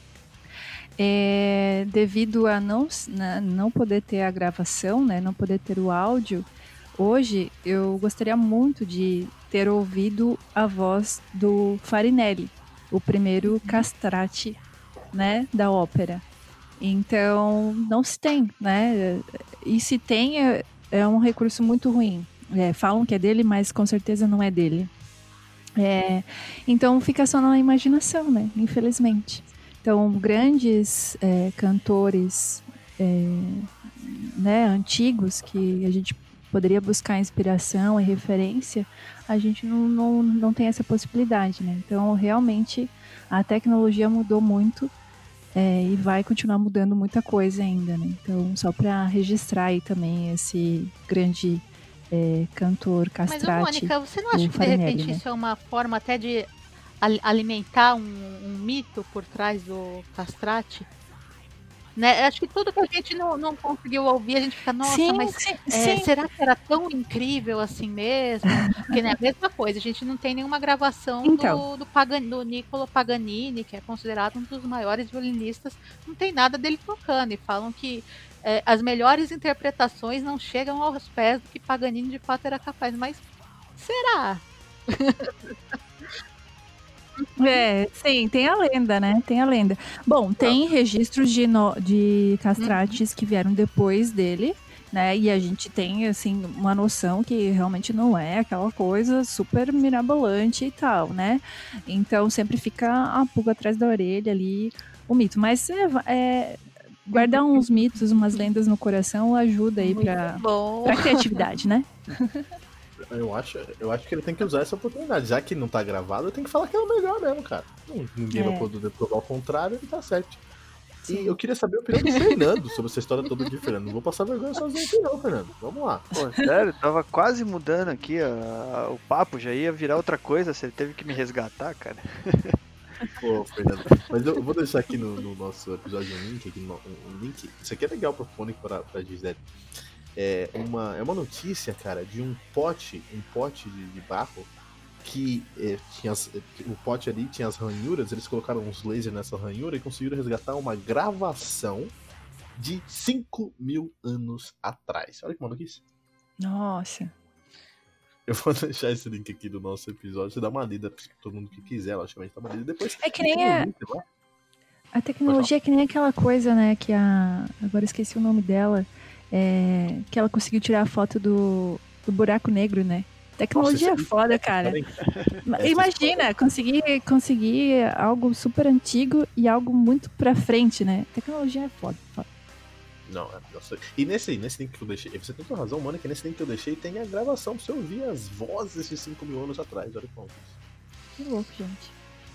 Speaker 5: É, devido a não, na, não poder ter a gravação, né, não poder ter o áudio, hoje eu gostaria muito de ter ouvido a voz do Farinelli, o primeiro castrati, né, da ópera. Então, não se tem, né? E se tem, é, é um recurso muito ruim. É, falam que é dele, mas com certeza não é dele. É, então, fica só na imaginação, né? Infelizmente. Então, grandes é, cantores é, né, antigos que a gente poderia buscar inspiração e referência, a gente não, não, não tem essa possibilidade, né? Então, realmente, a tecnologia mudou muito. É, e vai continuar mudando muita coisa ainda, né? Então, só para registrar aí também esse grande é, cantor castrati.
Speaker 4: Mas, Mônica, você não acha que de repente né? isso é uma forma até de alimentar um, um mito por trás do castrati? Né? Acho que tudo que a gente não, não conseguiu ouvir, a gente fica, nossa,
Speaker 5: sim,
Speaker 4: mas
Speaker 5: sim,
Speaker 4: é,
Speaker 5: sim.
Speaker 4: será que era tão incrível assim mesmo? Porque é a mesma coisa, a gente não tem nenhuma gravação então. do, do, Pagan, do Niccolo Paganini, que é considerado um dos maiores violinistas, não tem nada dele tocando, e falam que é, as melhores interpretações não chegam aos pés do que Paganini de fato era capaz, mas será?
Speaker 5: É, sim, tem a lenda, né? Tem a lenda. Bom, tem registros de, no, de castrates uhum. que vieram depois dele, né? E a gente tem, assim, uma noção que realmente não é aquela coisa super mirabolante e tal, né? Então sempre fica a pulga atrás da orelha ali, o mito. Mas é, é, guardar uns mitos, umas lendas no coração ajuda aí pra, pra criatividade, né?
Speaker 2: Eu acho, eu acho que ele tem que usar essa oportunidade. Já que não tá gravado, tem que falar que é o melhor mesmo, cara. Ninguém é. vai poder provar o contrário, ele tá certo. Sim. E eu queria saber a opinião do Fernando sobre essa história toda de Fernando. Não vou passar vergonha sozinho aqui não, Fernando. Vamos lá.
Speaker 3: Pô, sério, tava quase mudando aqui a, a, o papo, já ia virar outra coisa, você teve que me resgatar, cara.
Speaker 2: Pô, Fernando, mas eu vou deixar aqui no, no nosso episódio um link, aqui no, um link. Isso aqui é legal pro Fone e pra, pra Gisele. É uma, é uma notícia, cara, de um pote, um pote de, de barro que é, tinha as, o pote ali tinha as ranhuras, eles colocaram uns lasers nessa ranhura e conseguiram resgatar uma gravação de cinco mil anos atrás. Olha que maluquice.
Speaker 5: Nossa.
Speaker 2: Eu vou deixar esse link aqui do nosso episódio. Você dá uma lida pra todo mundo que quiser, logicamente, dá uma lida depois.
Speaker 5: É que nem a...
Speaker 2: link, lá.
Speaker 5: A tecnologia é que nem aquela coisa, né, que a... Agora esqueci o nome dela. É... Que ela conseguiu tirar a foto do, do buraco negro, né? Tecnologia Nossa, é foda, cara. Imagina, conseguir, conseguir algo super antigo e algo muito pra frente, né? Tecnologia é foda, foda.
Speaker 2: Não, nossa. E nesse, nesse link que eu deixei, você tem toda razão, mano, que nesse link que eu deixei tem a gravação pra você ouvir as vozes de cinco mil anos atrás. Olha como.
Speaker 5: Que louco, gente.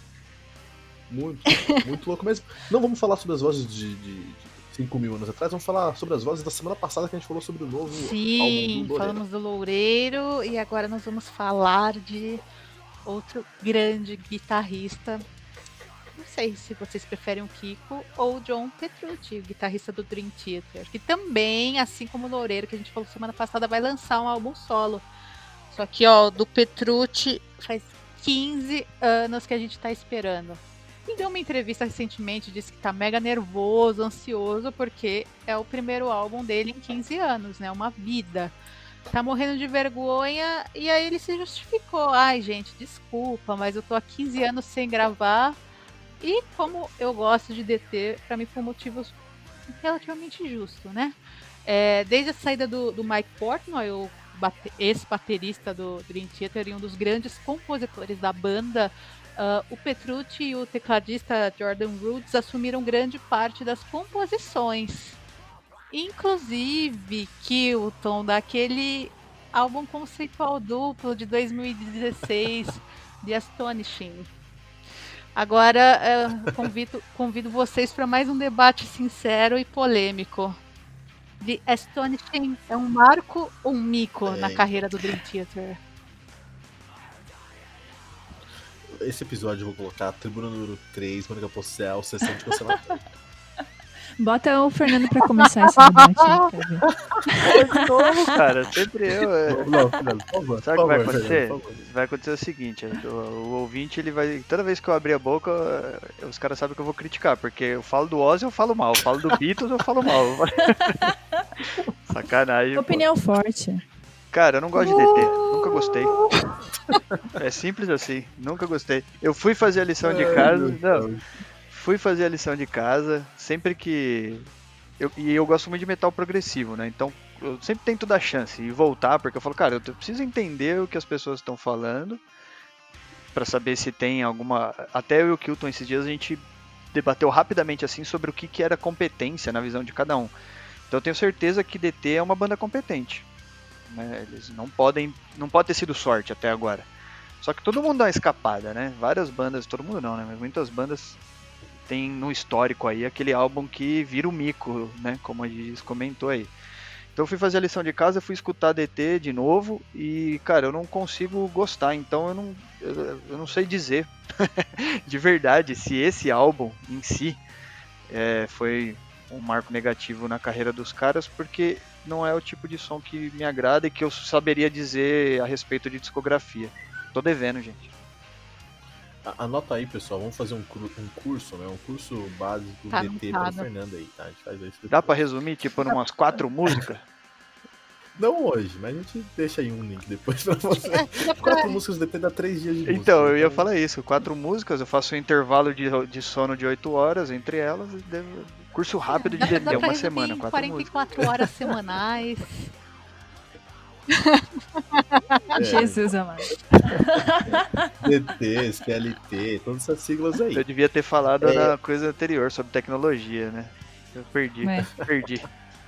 Speaker 2: Muito, muito louco mesmo. Não vamos falar sobre as vozes de, de, de cinco mil anos atrás, vamos falar sobre as vozes da semana passada que a gente falou sobre o novo
Speaker 4: Sim,
Speaker 2: álbum do Loureiro.
Speaker 4: Falamos do Loureiro e agora nós vamos falar de outro grande guitarrista. Não sei se vocês preferem o Kiko ou o John Petrucci, o guitarrista do Dream Theater, que também, assim como o Loureiro, que a gente falou semana passada, vai lançar um álbum solo. Só que, ó, do Petrucci faz quinze anos que a gente tá esperando. Ele deu uma entrevista recentemente, disse que tá mega nervoso, ansioso, porque é o primeiro álbum dele em quinze anos, né? Uma vida. Tá morrendo de vergonha, e aí ele se justificou. Ai, gente, desculpa, mas eu tô há quinze anos sem gravar. E como eu gosto de D T, pra mim foi um motivo relativamente justo, né? É, desde a saída do, do Mike Portnoy, o ex-baterista do Dream Theater e um dos grandes compositores da banda, uh, o Petrucci e o tecladista Jordan Rhodes assumiram grande parte das composições. Inclusive, Kilton, daquele álbum conceitual duplo de dois mil e dezesseis, The Astonishing. Agora, eu convido, convido vocês para mais um debate sincero e polêmico. The Astonishing é um marco ou um mico é. na carreira do Dream Theater?
Speaker 2: Esse episódio eu vou colocar Tribuna número três, Mônica Pocel, sessão de cancelamento.
Speaker 5: Bota o Fernando pra começar esse debate.
Speaker 3: De novo, cara. Sempre eu. É...
Speaker 2: Não, Fernando, por favor.
Speaker 3: Sabe o que vai acontecer? Fernando, vai acontecer o seguinte: o, o ouvinte, ele vai. Toda vez que eu abrir a boca, os caras sabem que eu vou criticar. Porque eu falo do Ozzy, eu falo mal. Eu falo do Beatles, eu falo mal. Sacanagem.
Speaker 5: Opinião pô. forte.
Speaker 3: Cara, eu não gosto de D T. Nunca gostei. É simples assim. Nunca gostei. Eu fui fazer a lição de casa. Não. Fui fazer a lição de casa, sempre que... Eu, e eu gosto muito de metal progressivo, né? Então, eu sempre tento dar chance e voltar, porque eu falo, cara, eu preciso entender o que as pessoas estão falando, pra saber se tem alguma... Até eu e o Kilton, esses dias, a gente debateu rapidamente, assim, sobre o que, que era competência na visão de cada um. Então, eu tenho certeza que D T é uma banda competente, né? Eles não podem... Não pode ter sido sorte até agora. Só que todo mundo dá uma escapada, né? Várias bandas, todo mundo não, né? Mas muitas bandas... tem no histórico aí aquele álbum que vira o mico, né, como a gente comentou aí. Então eu fui fazer a lição de casa, fui escutar D T de novo e, cara, eu não consigo gostar, então eu não, eu, eu não sei dizer de verdade se esse álbum em si é, foi um marco negativo na carreira dos caras, porque não é o tipo de som que me agrada e que eu saberia dizer a respeito de discografia. Tô devendo, gente.
Speaker 2: Anota aí, pessoal, vamos fazer um, um curso, né? Um curso básico
Speaker 4: tá
Speaker 2: D T para o Fernando aí, tá? A gente faz isso depois.
Speaker 3: Dá pra resumir, tipo, em umas quatro músicas?
Speaker 2: Não hoje, mas a gente deixa aí um link depois pra você. Quatro músicas D T dá três dias de música.
Speaker 3: Então, eu ia falar isso, quatro músicas, eu faço um intervalo de, de sono de oito horas entre elas, e devo... curso rápido de D T, uma semana, quatro
Speaker 4: quarenta e quatro músicas. Horas semanais.
Speaker 5: É. Jesus amado.
Speaker 2: D T, S P L T, todas essas siglas aí.
Speaker 3: Eu devia ter falado é. na coisa anterior sobre tecnologia, né? Eu perdi, é. perdi.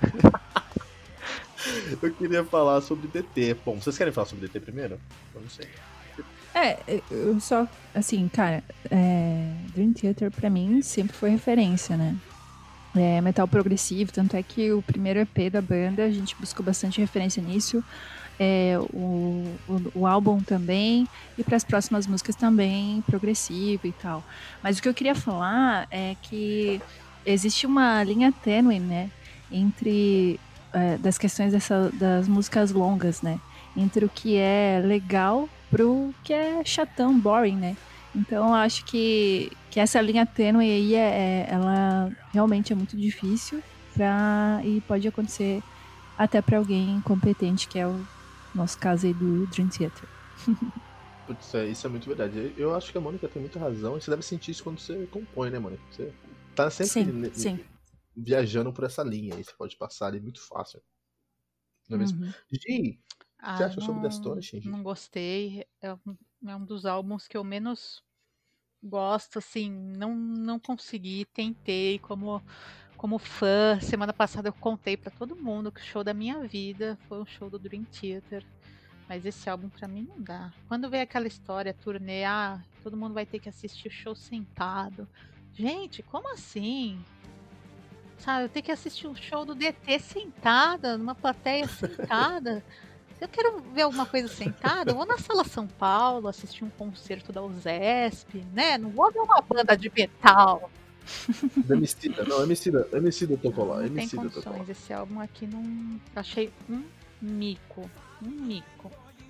Speaker 2: Eu queria falar sobre D T. Bom, vocês querem falar sobre D T primeiro? Eu não sei.
Speaker 5: É, eu só, assim, cara, é, Dream Theater pra mim sempre foi referência, né? É, metal progressivo, tanto é que o primeiro E P da banda a gente buscou bastante referência nisso, é, o, o, o álbum também, e para as próximas músicas também progressivo e tal. Mas o que eu queria falar é que existe uma linha tênue, né, entre é, das questões dessa, das músicas longas, né, entre o que é legal pro que é chatão, boring, né. Então eu acho que, que essa linha tênue aí, é, é, ela realmente é muito difícil. pra, e pode acontecer até pra alguém incompetente, que é o nosso caso aí do Dream Theater.
Speaker 2: Putz, é, isso é muito verdade. Eu acho que a Mônica tem muita razão. E você deve sentir isso quando você compõe, né, Mônica? Você tá sempre
Speaker 5: Sim,
Speaker 2: ne-
Speaker 5: sim.
Speaker 2: viajando por essa linha aí. Você pode passar ali muito fácil. Não é mesmo?
Speaker 5: Uhum.
Speaker 2: Gi, o que
Speaker 4: Ah,
Speaker 2: você acha sobre
Speaker 4: não,
Speaker 2: The Astonishing, Gi?
Speaker 4: não gostei. É um, é um dos álbuns que eu menos gosto, assim, não, não consegui, tentei como, como fã. Semana passada eu contei pra todo mundo que o show da minha vida foi um show do Dream Theater. Mas esse álbum pra mim não dá. Quando vem aquela história, turnê, ah, todo mundo vai ter que assistir o show sentado. Gente, como assim? Sabe, eu tenho que assistir o show do D T sentada, numa plateia sentada. Se eu quero ver alguma coisa sentada, eu vou na Sala São Paulo assistir um concerto da U S E S P, né? Não vou ver uma banda de metal.
Speaker 2: Da Emicida, não, Emicida, Emicida tocou lá,
Speaker 4: Não tem
Speaker 2: Emicida tocou lá.
Speaker 4: condições. Esse álbum aqui não. Achei um mico. Um mico.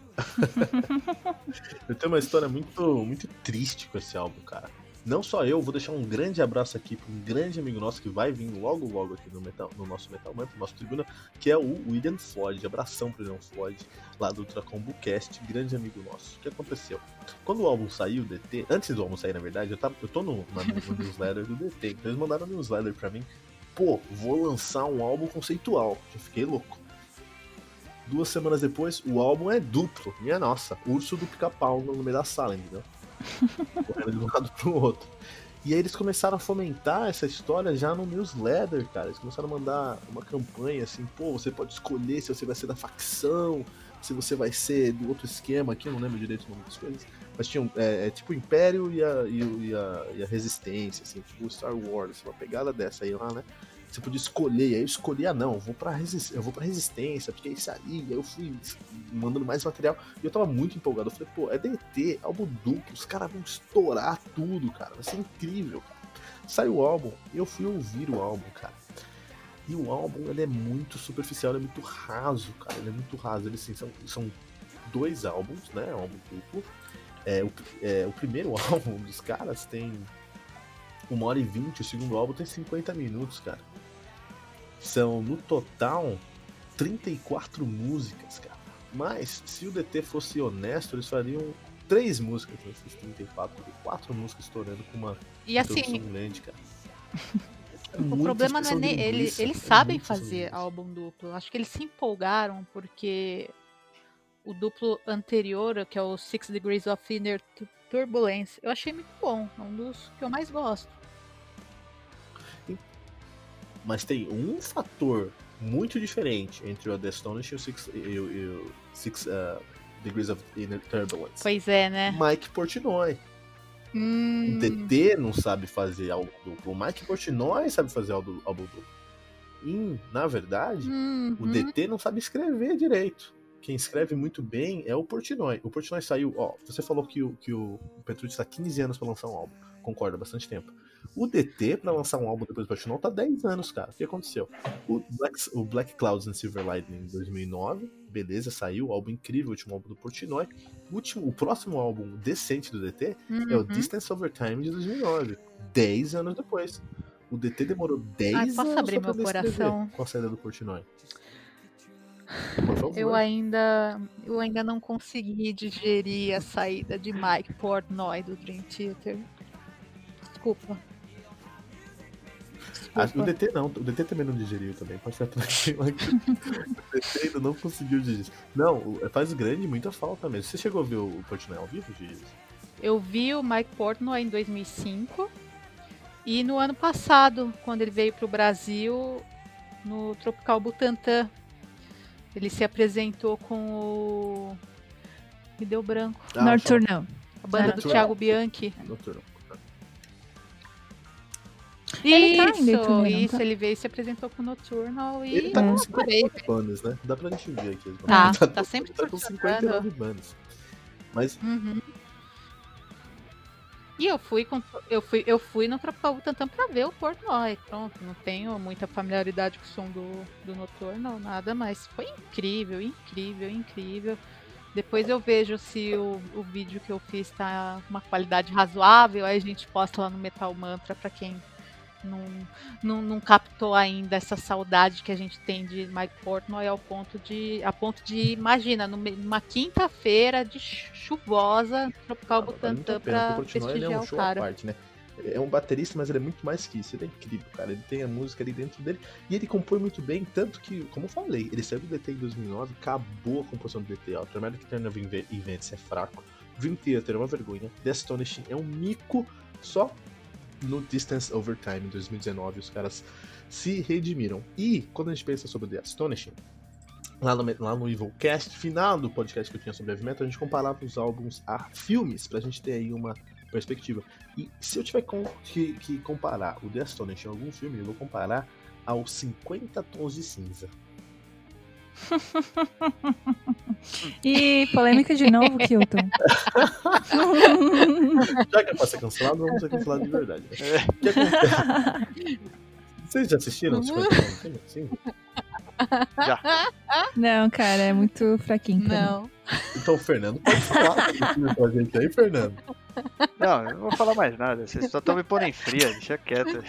Speaker 2: Eu tenho uma história muito, muito triste com esse álbum, cara. Não só eu, vou deixar um grande abraço aqui para um grande amigo nosso que vai vir logo logo aqui no, metal, no nosso Metal Mantra, no nosso Tribuna, que é o William Floyd. Abração pro William Floyd, lá do Ultracombo Cast, grande amigo nosso. O que aconteceu? Quando o álbum saiu, o D T, antes do álbum sair, na verdade, eu, tava, eu tô no, na, no newsletter do D T, então eles mandaram um newsletter pra mim, pô, vou lançar um álbum conceitual. Eu fiquei louco. Duas semanas depois, o álbum é duplo. Minha nossa, urso do pica-pau no meio da sala, entendeu? Correndo de um lado pro outro. E aí eles começaram a fomentar essa história já no newsletter, cara. Eles começaram a mandar uma campanha assim, pô, você pode escolher se você vai ser da facção, se você vai ser do outro esquema aqui, eu não lembro direito o nome das coisas. Mas tinha é, é, tipo o Império e a, e, e, a, e a Resistência, assim, tipo Star Wars, uma pegada dessa aí lá, né? Você podia escolher, e aí eu escolhi, ah não, eu vou pra, resist... eu vou pra Resistência, porque é isso aí, e aí eu fui mandando mais material, e eu tava muito empolgado, eu falei, pô, é D T, álbum duplo, os caras vão estourar tudo, cara, vai ser incrível, cara. Saiu o álbum, e eu fui ouvir o álbum, cara, e o álbum, ele é muito superficial, ele é muito raso, cara, ele é muito raso, ele, assim, são, são dois álbuns, né, álbum duplo, é, o, é, o primeiro álbum dos caras tem uma hora e vinte, o segundo álbum tem cinquenta minutos, cara. São, no total, trinta e quatro músicas, cara. Mas, se o D T fosse honesto, eles fariam três músicas nesses trinta e quatro, quatro músicas estourando com uma
Speaker 4: E assim,
Speaker 2: introdução grande, cara. É
Speaker 4: o
Speaker 2: muita
Speaker 4: problema não é
Speaker 2: expressão de
Speaker 4: nem. Ele,
Speaker 2: linguiça,
Speaker 4: eles
Speaker 2: é
Speaker 4: sabem
Speaker 2: muita expressão de
Speaker 4: fazer
Speaker 2: linguiça.
Speaker 4: álbum duplo. Acho que eles se empolgaram porque o duplo anterior, que é o Six Degrees of Inner Turbulence, eu achei muito bom. É um dos que eu mais gosto.
Speaker 2: Mas tem um fator muito diferente entre o The Astonishing e o Six, e, o- e o Six uh, Degrees of Inner Turbulence.
Speaker 4: Pois é, né?
Speaker 2: Mike Portnoy.
Speaker 4: Hum,
Speaker 2: O D T não sabe fazer álbum duplo. O Mike Portnoy sabe fazer álbum, álbum duplo. E, na verdade,
Speaker 4: uhum.
Speaker 2: o D T não sabe escrever direito. Quem escreve muito bem é o Portnoy. O Portnoy saiu, ó, você falou que o, que o Petrucci está quinze anos para lançar um álbum. Concordo, bastante tempo. O D T, para lançar um álbum depois do Portnoy, tá dez anos, cara. O que aconteceu? O Black, o Black Clouds and Silver Lightning em dois mil e nove, beleza, saiu, álbum incrível, o último álbum do Portnoy. O, último, o próximo álbum decente do D T
Speaker 4: Uhum.
Speaker 2: é o Distance Over Time de dois mil e nove, dez anos depois. O D T demorou dez
Speaker 4: Ai, posso
Speaker 2: anos
Speaker 4: abrir
Speaker 2: pra
Speaker 4: meu
Speaker 2: poder escrever
Speaker 4: coração?
Speaker 2: com a saída do Portnoy. Por favor.
Speaker 4: Eu ainda, eu ainda não consegui digerir a saída de Mike Portnoy do Dream Theater. Desculpa.
Speaker 2: Ah, o
Speaker 4: Desculpa.
Speaker 2: D T não, o D T também não digeriu também, pode ficar tranquilo aqui. O D T ainda não conseguiu digerir. Não, o- faz grande muita falta mesmo. Você chegou a ver o Portnoy ao vivo, Gigi?
Speaker 4: Eu vi o Mike Portnoy em dois mil e cinco e no ano passado, quando ele veio para o Brasil, no Tropical Butantã, ele se apresentou com o... Me deu branco.
Speaker 2: Ah,
Speaker 5: Nocturnal.
Speaker 4: A banda do
Speaker 2: Nocturnal.
Speaker 4: Thiago Bianchi.
Speaker 2: Noturno.
Speaker 5: Ele tá
Speaker 4: Isso,
Speaker 5: ainda em turnê, não
Speaker 4: isso.
Speaker 5: tá?
Speaker 4: Ele veio e se apresentou com o Nocturnal e...
Speaker 2: Ele tá
Speaker 5: É.
Speaker 2: com
Speaker 4: adorei.
Speaker 2: cinquenta e nove bandas, né? Dá pra gente ver aqui. as
Speaker 4: Tá,
Speaker 2: bandas.
Speaker 4: tá sempre
Speaker 2: Ele tá com cinquenta e nove bandas. Mas
Speaker 4: Uhum. E eu fui, com, eu fui, eu fui no Tropical Butantã pra ver o Portnoy. Pronto, não tenho muita familiaridade com o som do, do Nocturnal, nada, mas foi incrível, incrível, incrível. Depois eu vejo se o, o vídeo que eu fiz tá uma qualidade razoável, aí a gente posta lá no Metal Mantra pra quem não, não, não captou ainda essa saudade que a gente tem de Mike Portnoy ao ponto de, a ponto de, imagina, numa quinta-feira de chuvosa, trocar o Butantã pra prestigiar
Speaker 2: é um
Speaker 4: o
Speaker 2: show
Speaker 4: cara.
Speaker 2: À parte, né? É um baterista, mas ele é muito mais que isso. Ele é incrível, cara. Ele tem a música ali dentro dele. E ele compõe muito bem, tanto que, como eu falei, ele saiu do D T em dois mil e nove, acabou a composição do D T. O American Turn of Events é fraco. Dream Theater é uma vergonha. The Astonishing é um mico. Só no Distance Over Time, em dois mil e dezenove, os caras se redimiram. E, quando a gente pensa sobre The Astonishing, lá no, lá no Evilcast, final do podcast que eu tinha sobre Heavy Metal, a gente comparava os álbuns a filmes, pra gente ter aí uma perspectiva. E se eu tiver que, que comparar o The Astonishing a algum filme, eu vou comparar aos cinquenta Tons de Cinza.
Speaker 5: E polêmica de novo, Kilton.
Speaker 2: Já que é pra ser cancelado, vamos ser cancelados de verdade. Né? O que acontece? Vocês já assistiram os cinquenta Tons de Cinza?
Speaker 3: Já.
Speaker 5: Não, cara, é muito fraquinho.
Speaker 4: Não.
Speaker 2: Então o Fernando pode falar com a gente aí, Fernando.
Speaker 3: Não, eu não vou falar mais nada. Vocês só estão me pondo em fria, deixa quieto.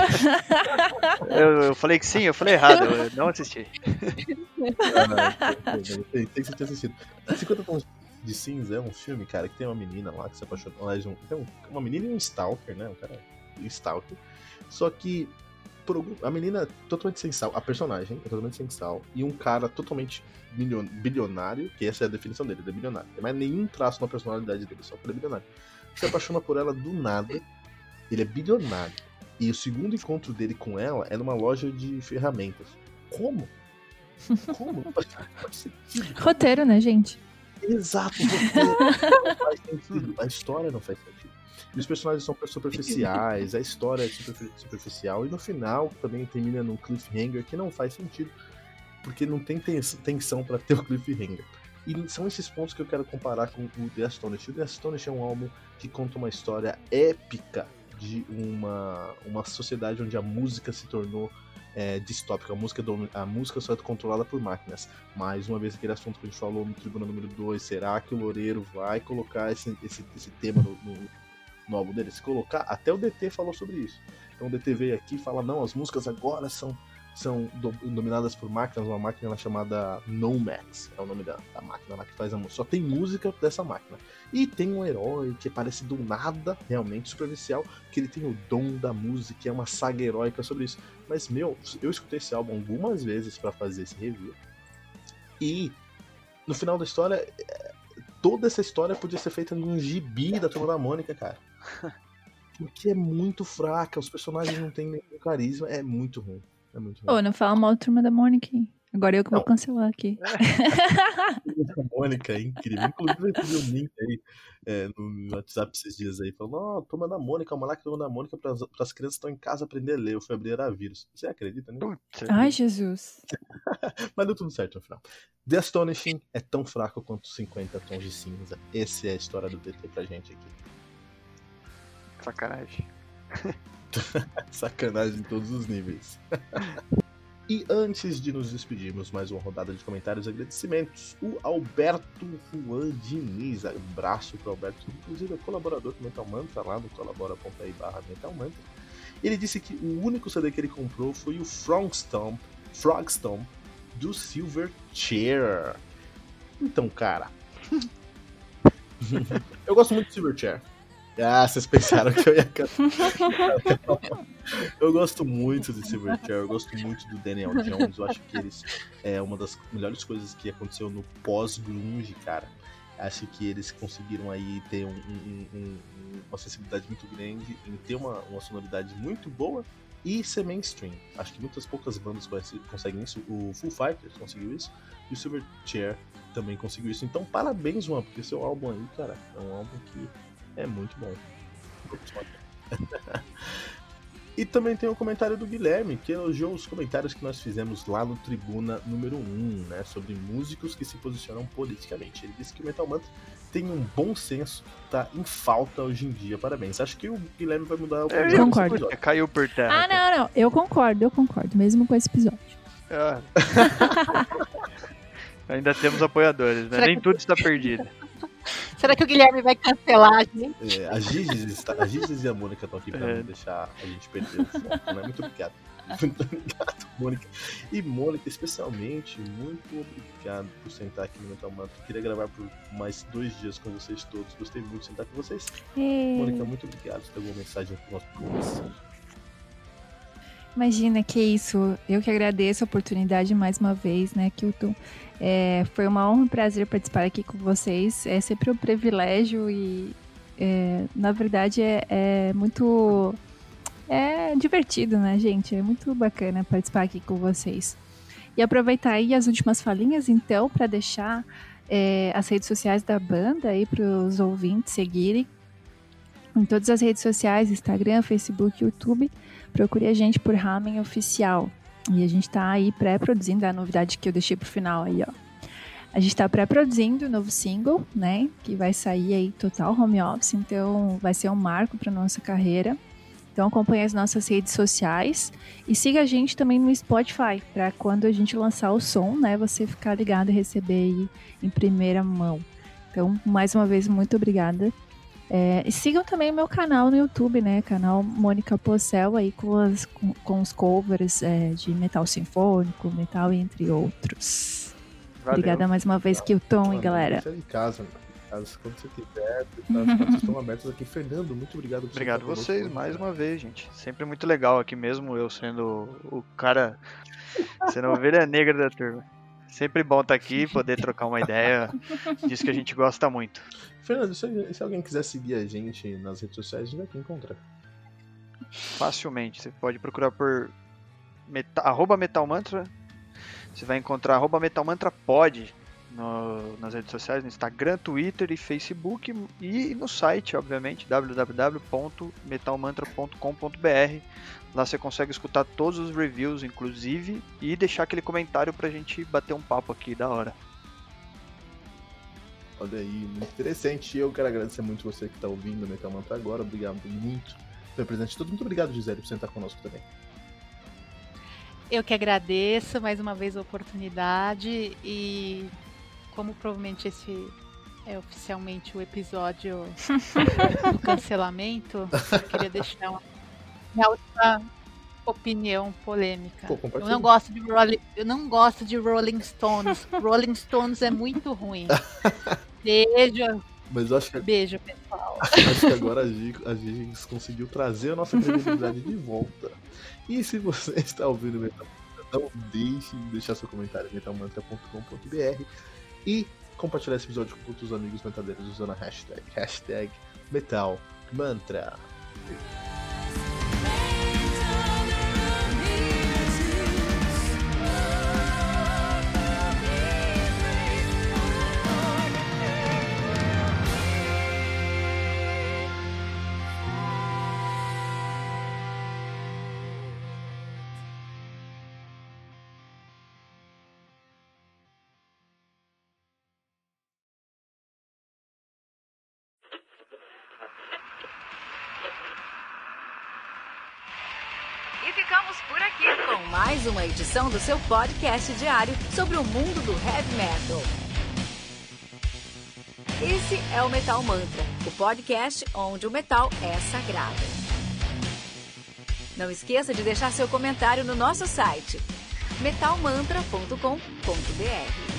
Speaker 3: Eu, eu falei que sim, eu falei errado, eu não assisti.
Speaker 2: Ah, não, tem, tem, tem que ter assistido. cinquenta Tons de Cinza é um filme, cara, que tem uma menina lá que se apaixonou. Tem uma menina e um stalker, né? Um cara um stalker. Só que por algum, a menina é totalmente sem sal, a personagem é totalmente sem sal, e um cara totalmente milion, bilionário, que essa é a definição dele, ele é bilionário. Não tem mais nenhum traço na personalidade dele, só que ele é bilionário. Se apaixona por ela do nada, ele é bilionário. E o segundo encontro dele com ela é numa loja de ferramentas. Como? Como? Não faz, não faz sentido.
Speaker 5: Roteiro, né, gente?
Speaker 2: Exato, roteiro. Não faz sentido. A história não faz sentido. E os personagens são superficiais, a história é superficial, e no final também termina num cliffhanger que não faz sentido, porque não tem tensão pra ter o cliffhanger. E são esses pontos que eu quero comparar com o The Astonishing. O The Astonishing é um álbum que conta uma história épica de uma, uma sociedade onde a música se tornou é, distópica. A música, a música só é controlada por máquinas. Mais uma vez, aquele assunto que a gente falou no Tribuna número dois, será que o Loureiro vai colocar esse, esse, esse tema no, no, no álbum dele? Se colocar, até o D T falou sobre isso. Então o D T veio aqui e fala, não, as músicas agora são... são do, dominadas por máquinas, uma máquina chamada Nomax, é o nome da, da máquina lá que faz a música. Só tem música dessa máquina. E tem um herói que parece do nada, realmente superficial, que ele tem o dom da música, é uma saga heróica sobre isso. Mas, meu, eu escutei esse álbum algumas vezes pra fazer esse review. E, no final da história, toda essa história podia ser feita num gibi da Turma da Mônica, cara. Porque é muito fraca, os personagens não têm nenhum carisma, é muito ruim. É muito
Speaker 5: Ô, oh, não fala mal da Turma da Mônica. Agora eu que não. vou cancelar aqui.
Speaker 2: A Mônica é incrível. Inclusive, eu fiz um link aí é, no WhatsApp esses dias aí, falando, ó, oh, Turma da Mônica, uma lá que Turma da Mônica para as crianças que estão em casa aprender a ler. Eu fui abrir, era vírus. Você acredita, né?
Speaker 5: Ai, Jesus.
Speaker 2: Mas deu tudo certo no final. The Astonishing é tão fraco quanto cinquenta Tons de Cinza. Essa é a história do D T pra gente aqui.
Speaker 3: Sacanagem.
Speaker 2: Sacanagem em todos os níveis. E antes de nos despedirmos, mais uma rodada de comentários e agradecimentos. O Alberto Juan Diniz, abraço pro Alberto, inclusive é colaborador do Metal Mantra lá no colabora.ai barra Metal Mantra. Ele disse que o único C D que ele comprou foi o Frogstomp, Frogstomp do Silverchair. Então, cara, eu gosto muito do Silverchair. Ah, vocês pensaram que eu ia cantar. Eu gosto muito de Silverchair, eu gosto muito do Daniel Jones. Eu acho que eles é uma das melhores coisas que aconteceu no pós-grunge, cara. Acho que eles conseguiram aí ter um, um, um, uma sensibilidade muito grande em ter uma, uma sonoridade muito boa e ser mainstream. Acho que muitas poucas bandas conseguem isso. O Foo Fighters conseguiu isso e o Silverchair também conseguiu isso. Então, parabéns, Juan, porque seu álbum aí, cara, é um álbum que é muito bom. E também tem o comentário do Guilherme, que elogiou os comentários que nós fizemos lá no Tribuna número um, né, sobre músicos que se posicionam politicamente. Ele disse que o Metal Mantra tem um bom senso, tá em falta hoje em dia. Parabéns. Acho que o Guilherme vai mudar o
Speaker 5: opinião. Eu concordo.
Speaker 3: Caiu por terra.
Speaker 5: Ah, não, não. Eu concordo, eu concordo, mesmo com esse episódio.
Speaker 3: Ah. Ainda temos apoiadores, né? Nem tudo está perdido.
Speaker 4: Será Será que o Guilherme vai cancelar a gente?
Speaker 2: É, a Gigi está, a Gigi e a Mônica estão aqui pra é. não deixar a gente perder o foco, né? Muito obrigado. Muito obrigado, Mônica. E Mônica, especialmente, muito obrigado por sentar aqui no Metal Mantra. Queria gravar por mais dois dias com vocês todos. Gostei muito de sentar com vocês.
Speaker 5: É.
Speaker 2: Mônica, muito obrigado. Você tem alguma mensagem pro nosso público?
Speaker 5: Imagina, que isso. Eu que agradeço a oportunidade mais uma vez, né, Kilton? É, foi uma honra e um prazer participar aqui com vocês. É sempre um privilégio e, é, na verdade, é, é muito... É divertido, né, gente? É muito bacana participar aqui com vocês. E aproveitar aí as últimas falinhas, então, para deixar é, as redes sociais da banda aí para os ouvintes seguirem. Em todas as redes sociais, Instagram, Facebook, YouTube, procure a gente por Ramen Oficial. E a gente tá aí pré-produzindo a novidade que eu deixei pro final aí, ó. A gente tá pré-produzindo o novo single, né? Que vai sair aí total home office, então vai ser um marco pra nossa carreira. Então acompanhe as nossas redes sociais e siga a gente também no Spotify, para quando a gente lançar o som, né, você ficar ligado e receber aí em primeira mão. Então, mais uma vez, muito obrigada. É, e sigam também o meu canal no YouTube, né, canal Mônica Pocel, aí com, as, com, com os covers é, de metal sinfônico, metal, entre outros. Valeu. Obrigada mais uma vez, Kilton e galera.
Speaker 2: Você é em casa, mano. Quando você tiver, as portas estão abertas aqui. Fernando, muito obrigado por
Speaker 3: Obrigado a vocês, mais uma vez, gente. Sempre muito legal aqui mesmo, eu sendo o cara, sendo a ovelha negra da turma. Sempre bom estar aqui, poder trocar uma ideia disso que a gente gosta muito.
Speaker 2: Fernando, se, se alguém quiser seguir a gente nas redes sociais, onde é que encontra?
Speaker 3: Facilmente, você pode procurar por meta, arroba metalmantra, você vai encontrar arroba metalmantrapod no, nas redes sociais, no Instagram, Twitter e Facebook, e no site, obviamente, w w w ponto metalmantra ponto com ponto b r. Lá você consegue escutar todos os reviews, inclusive, e deixar aquele comentário pra gente bater um papo aqui da hora.
Speaker 2: Olha aí, muito interessante. Eu quero agradecer muito você que está ouvindo o Metal Mantra agora. Obrigado muito pelo presente todo. Muito obrigado, Gisele, por sentar conosco também.
Speaker 4: Eu que agradeço mais uma vez a oportunidade e como provavelmente esse é oficialmente o episódio do cancelamento, eu queria deixar uma minha última opinião polêmica.
Speaker 2: Pô,
Speaker 4: eu não gosto de Rolling, eu não gosto de Rolling Stones. Rolling Stones é muito ruim. Beijo.
Speaker 2: Mas eu acho que,
Speaker 4: Beijo, pessoal.
Speaker 2: Acho que agora a Giggs a Giggs conseguiu trazer a nossa credibilidade de volta. E se você está ouvindo o Metal Mantra, não deixe de deixar seu comentário em metalmantra ponto com ponto b r e compartilhar esse episódio com todos os amigos metaleiros usando a hashtag, hashtag metalmantra.
Speaker 1: E ficamos por aqui com mais uma edição do seu podcast diário sobre o mundo do heavy metal. Esse é o Metal Mantra, o podcast onde o metal é sagrado. Não esqueça de deixar seu comentário no nosso site metalmantra ponto com ponto b r.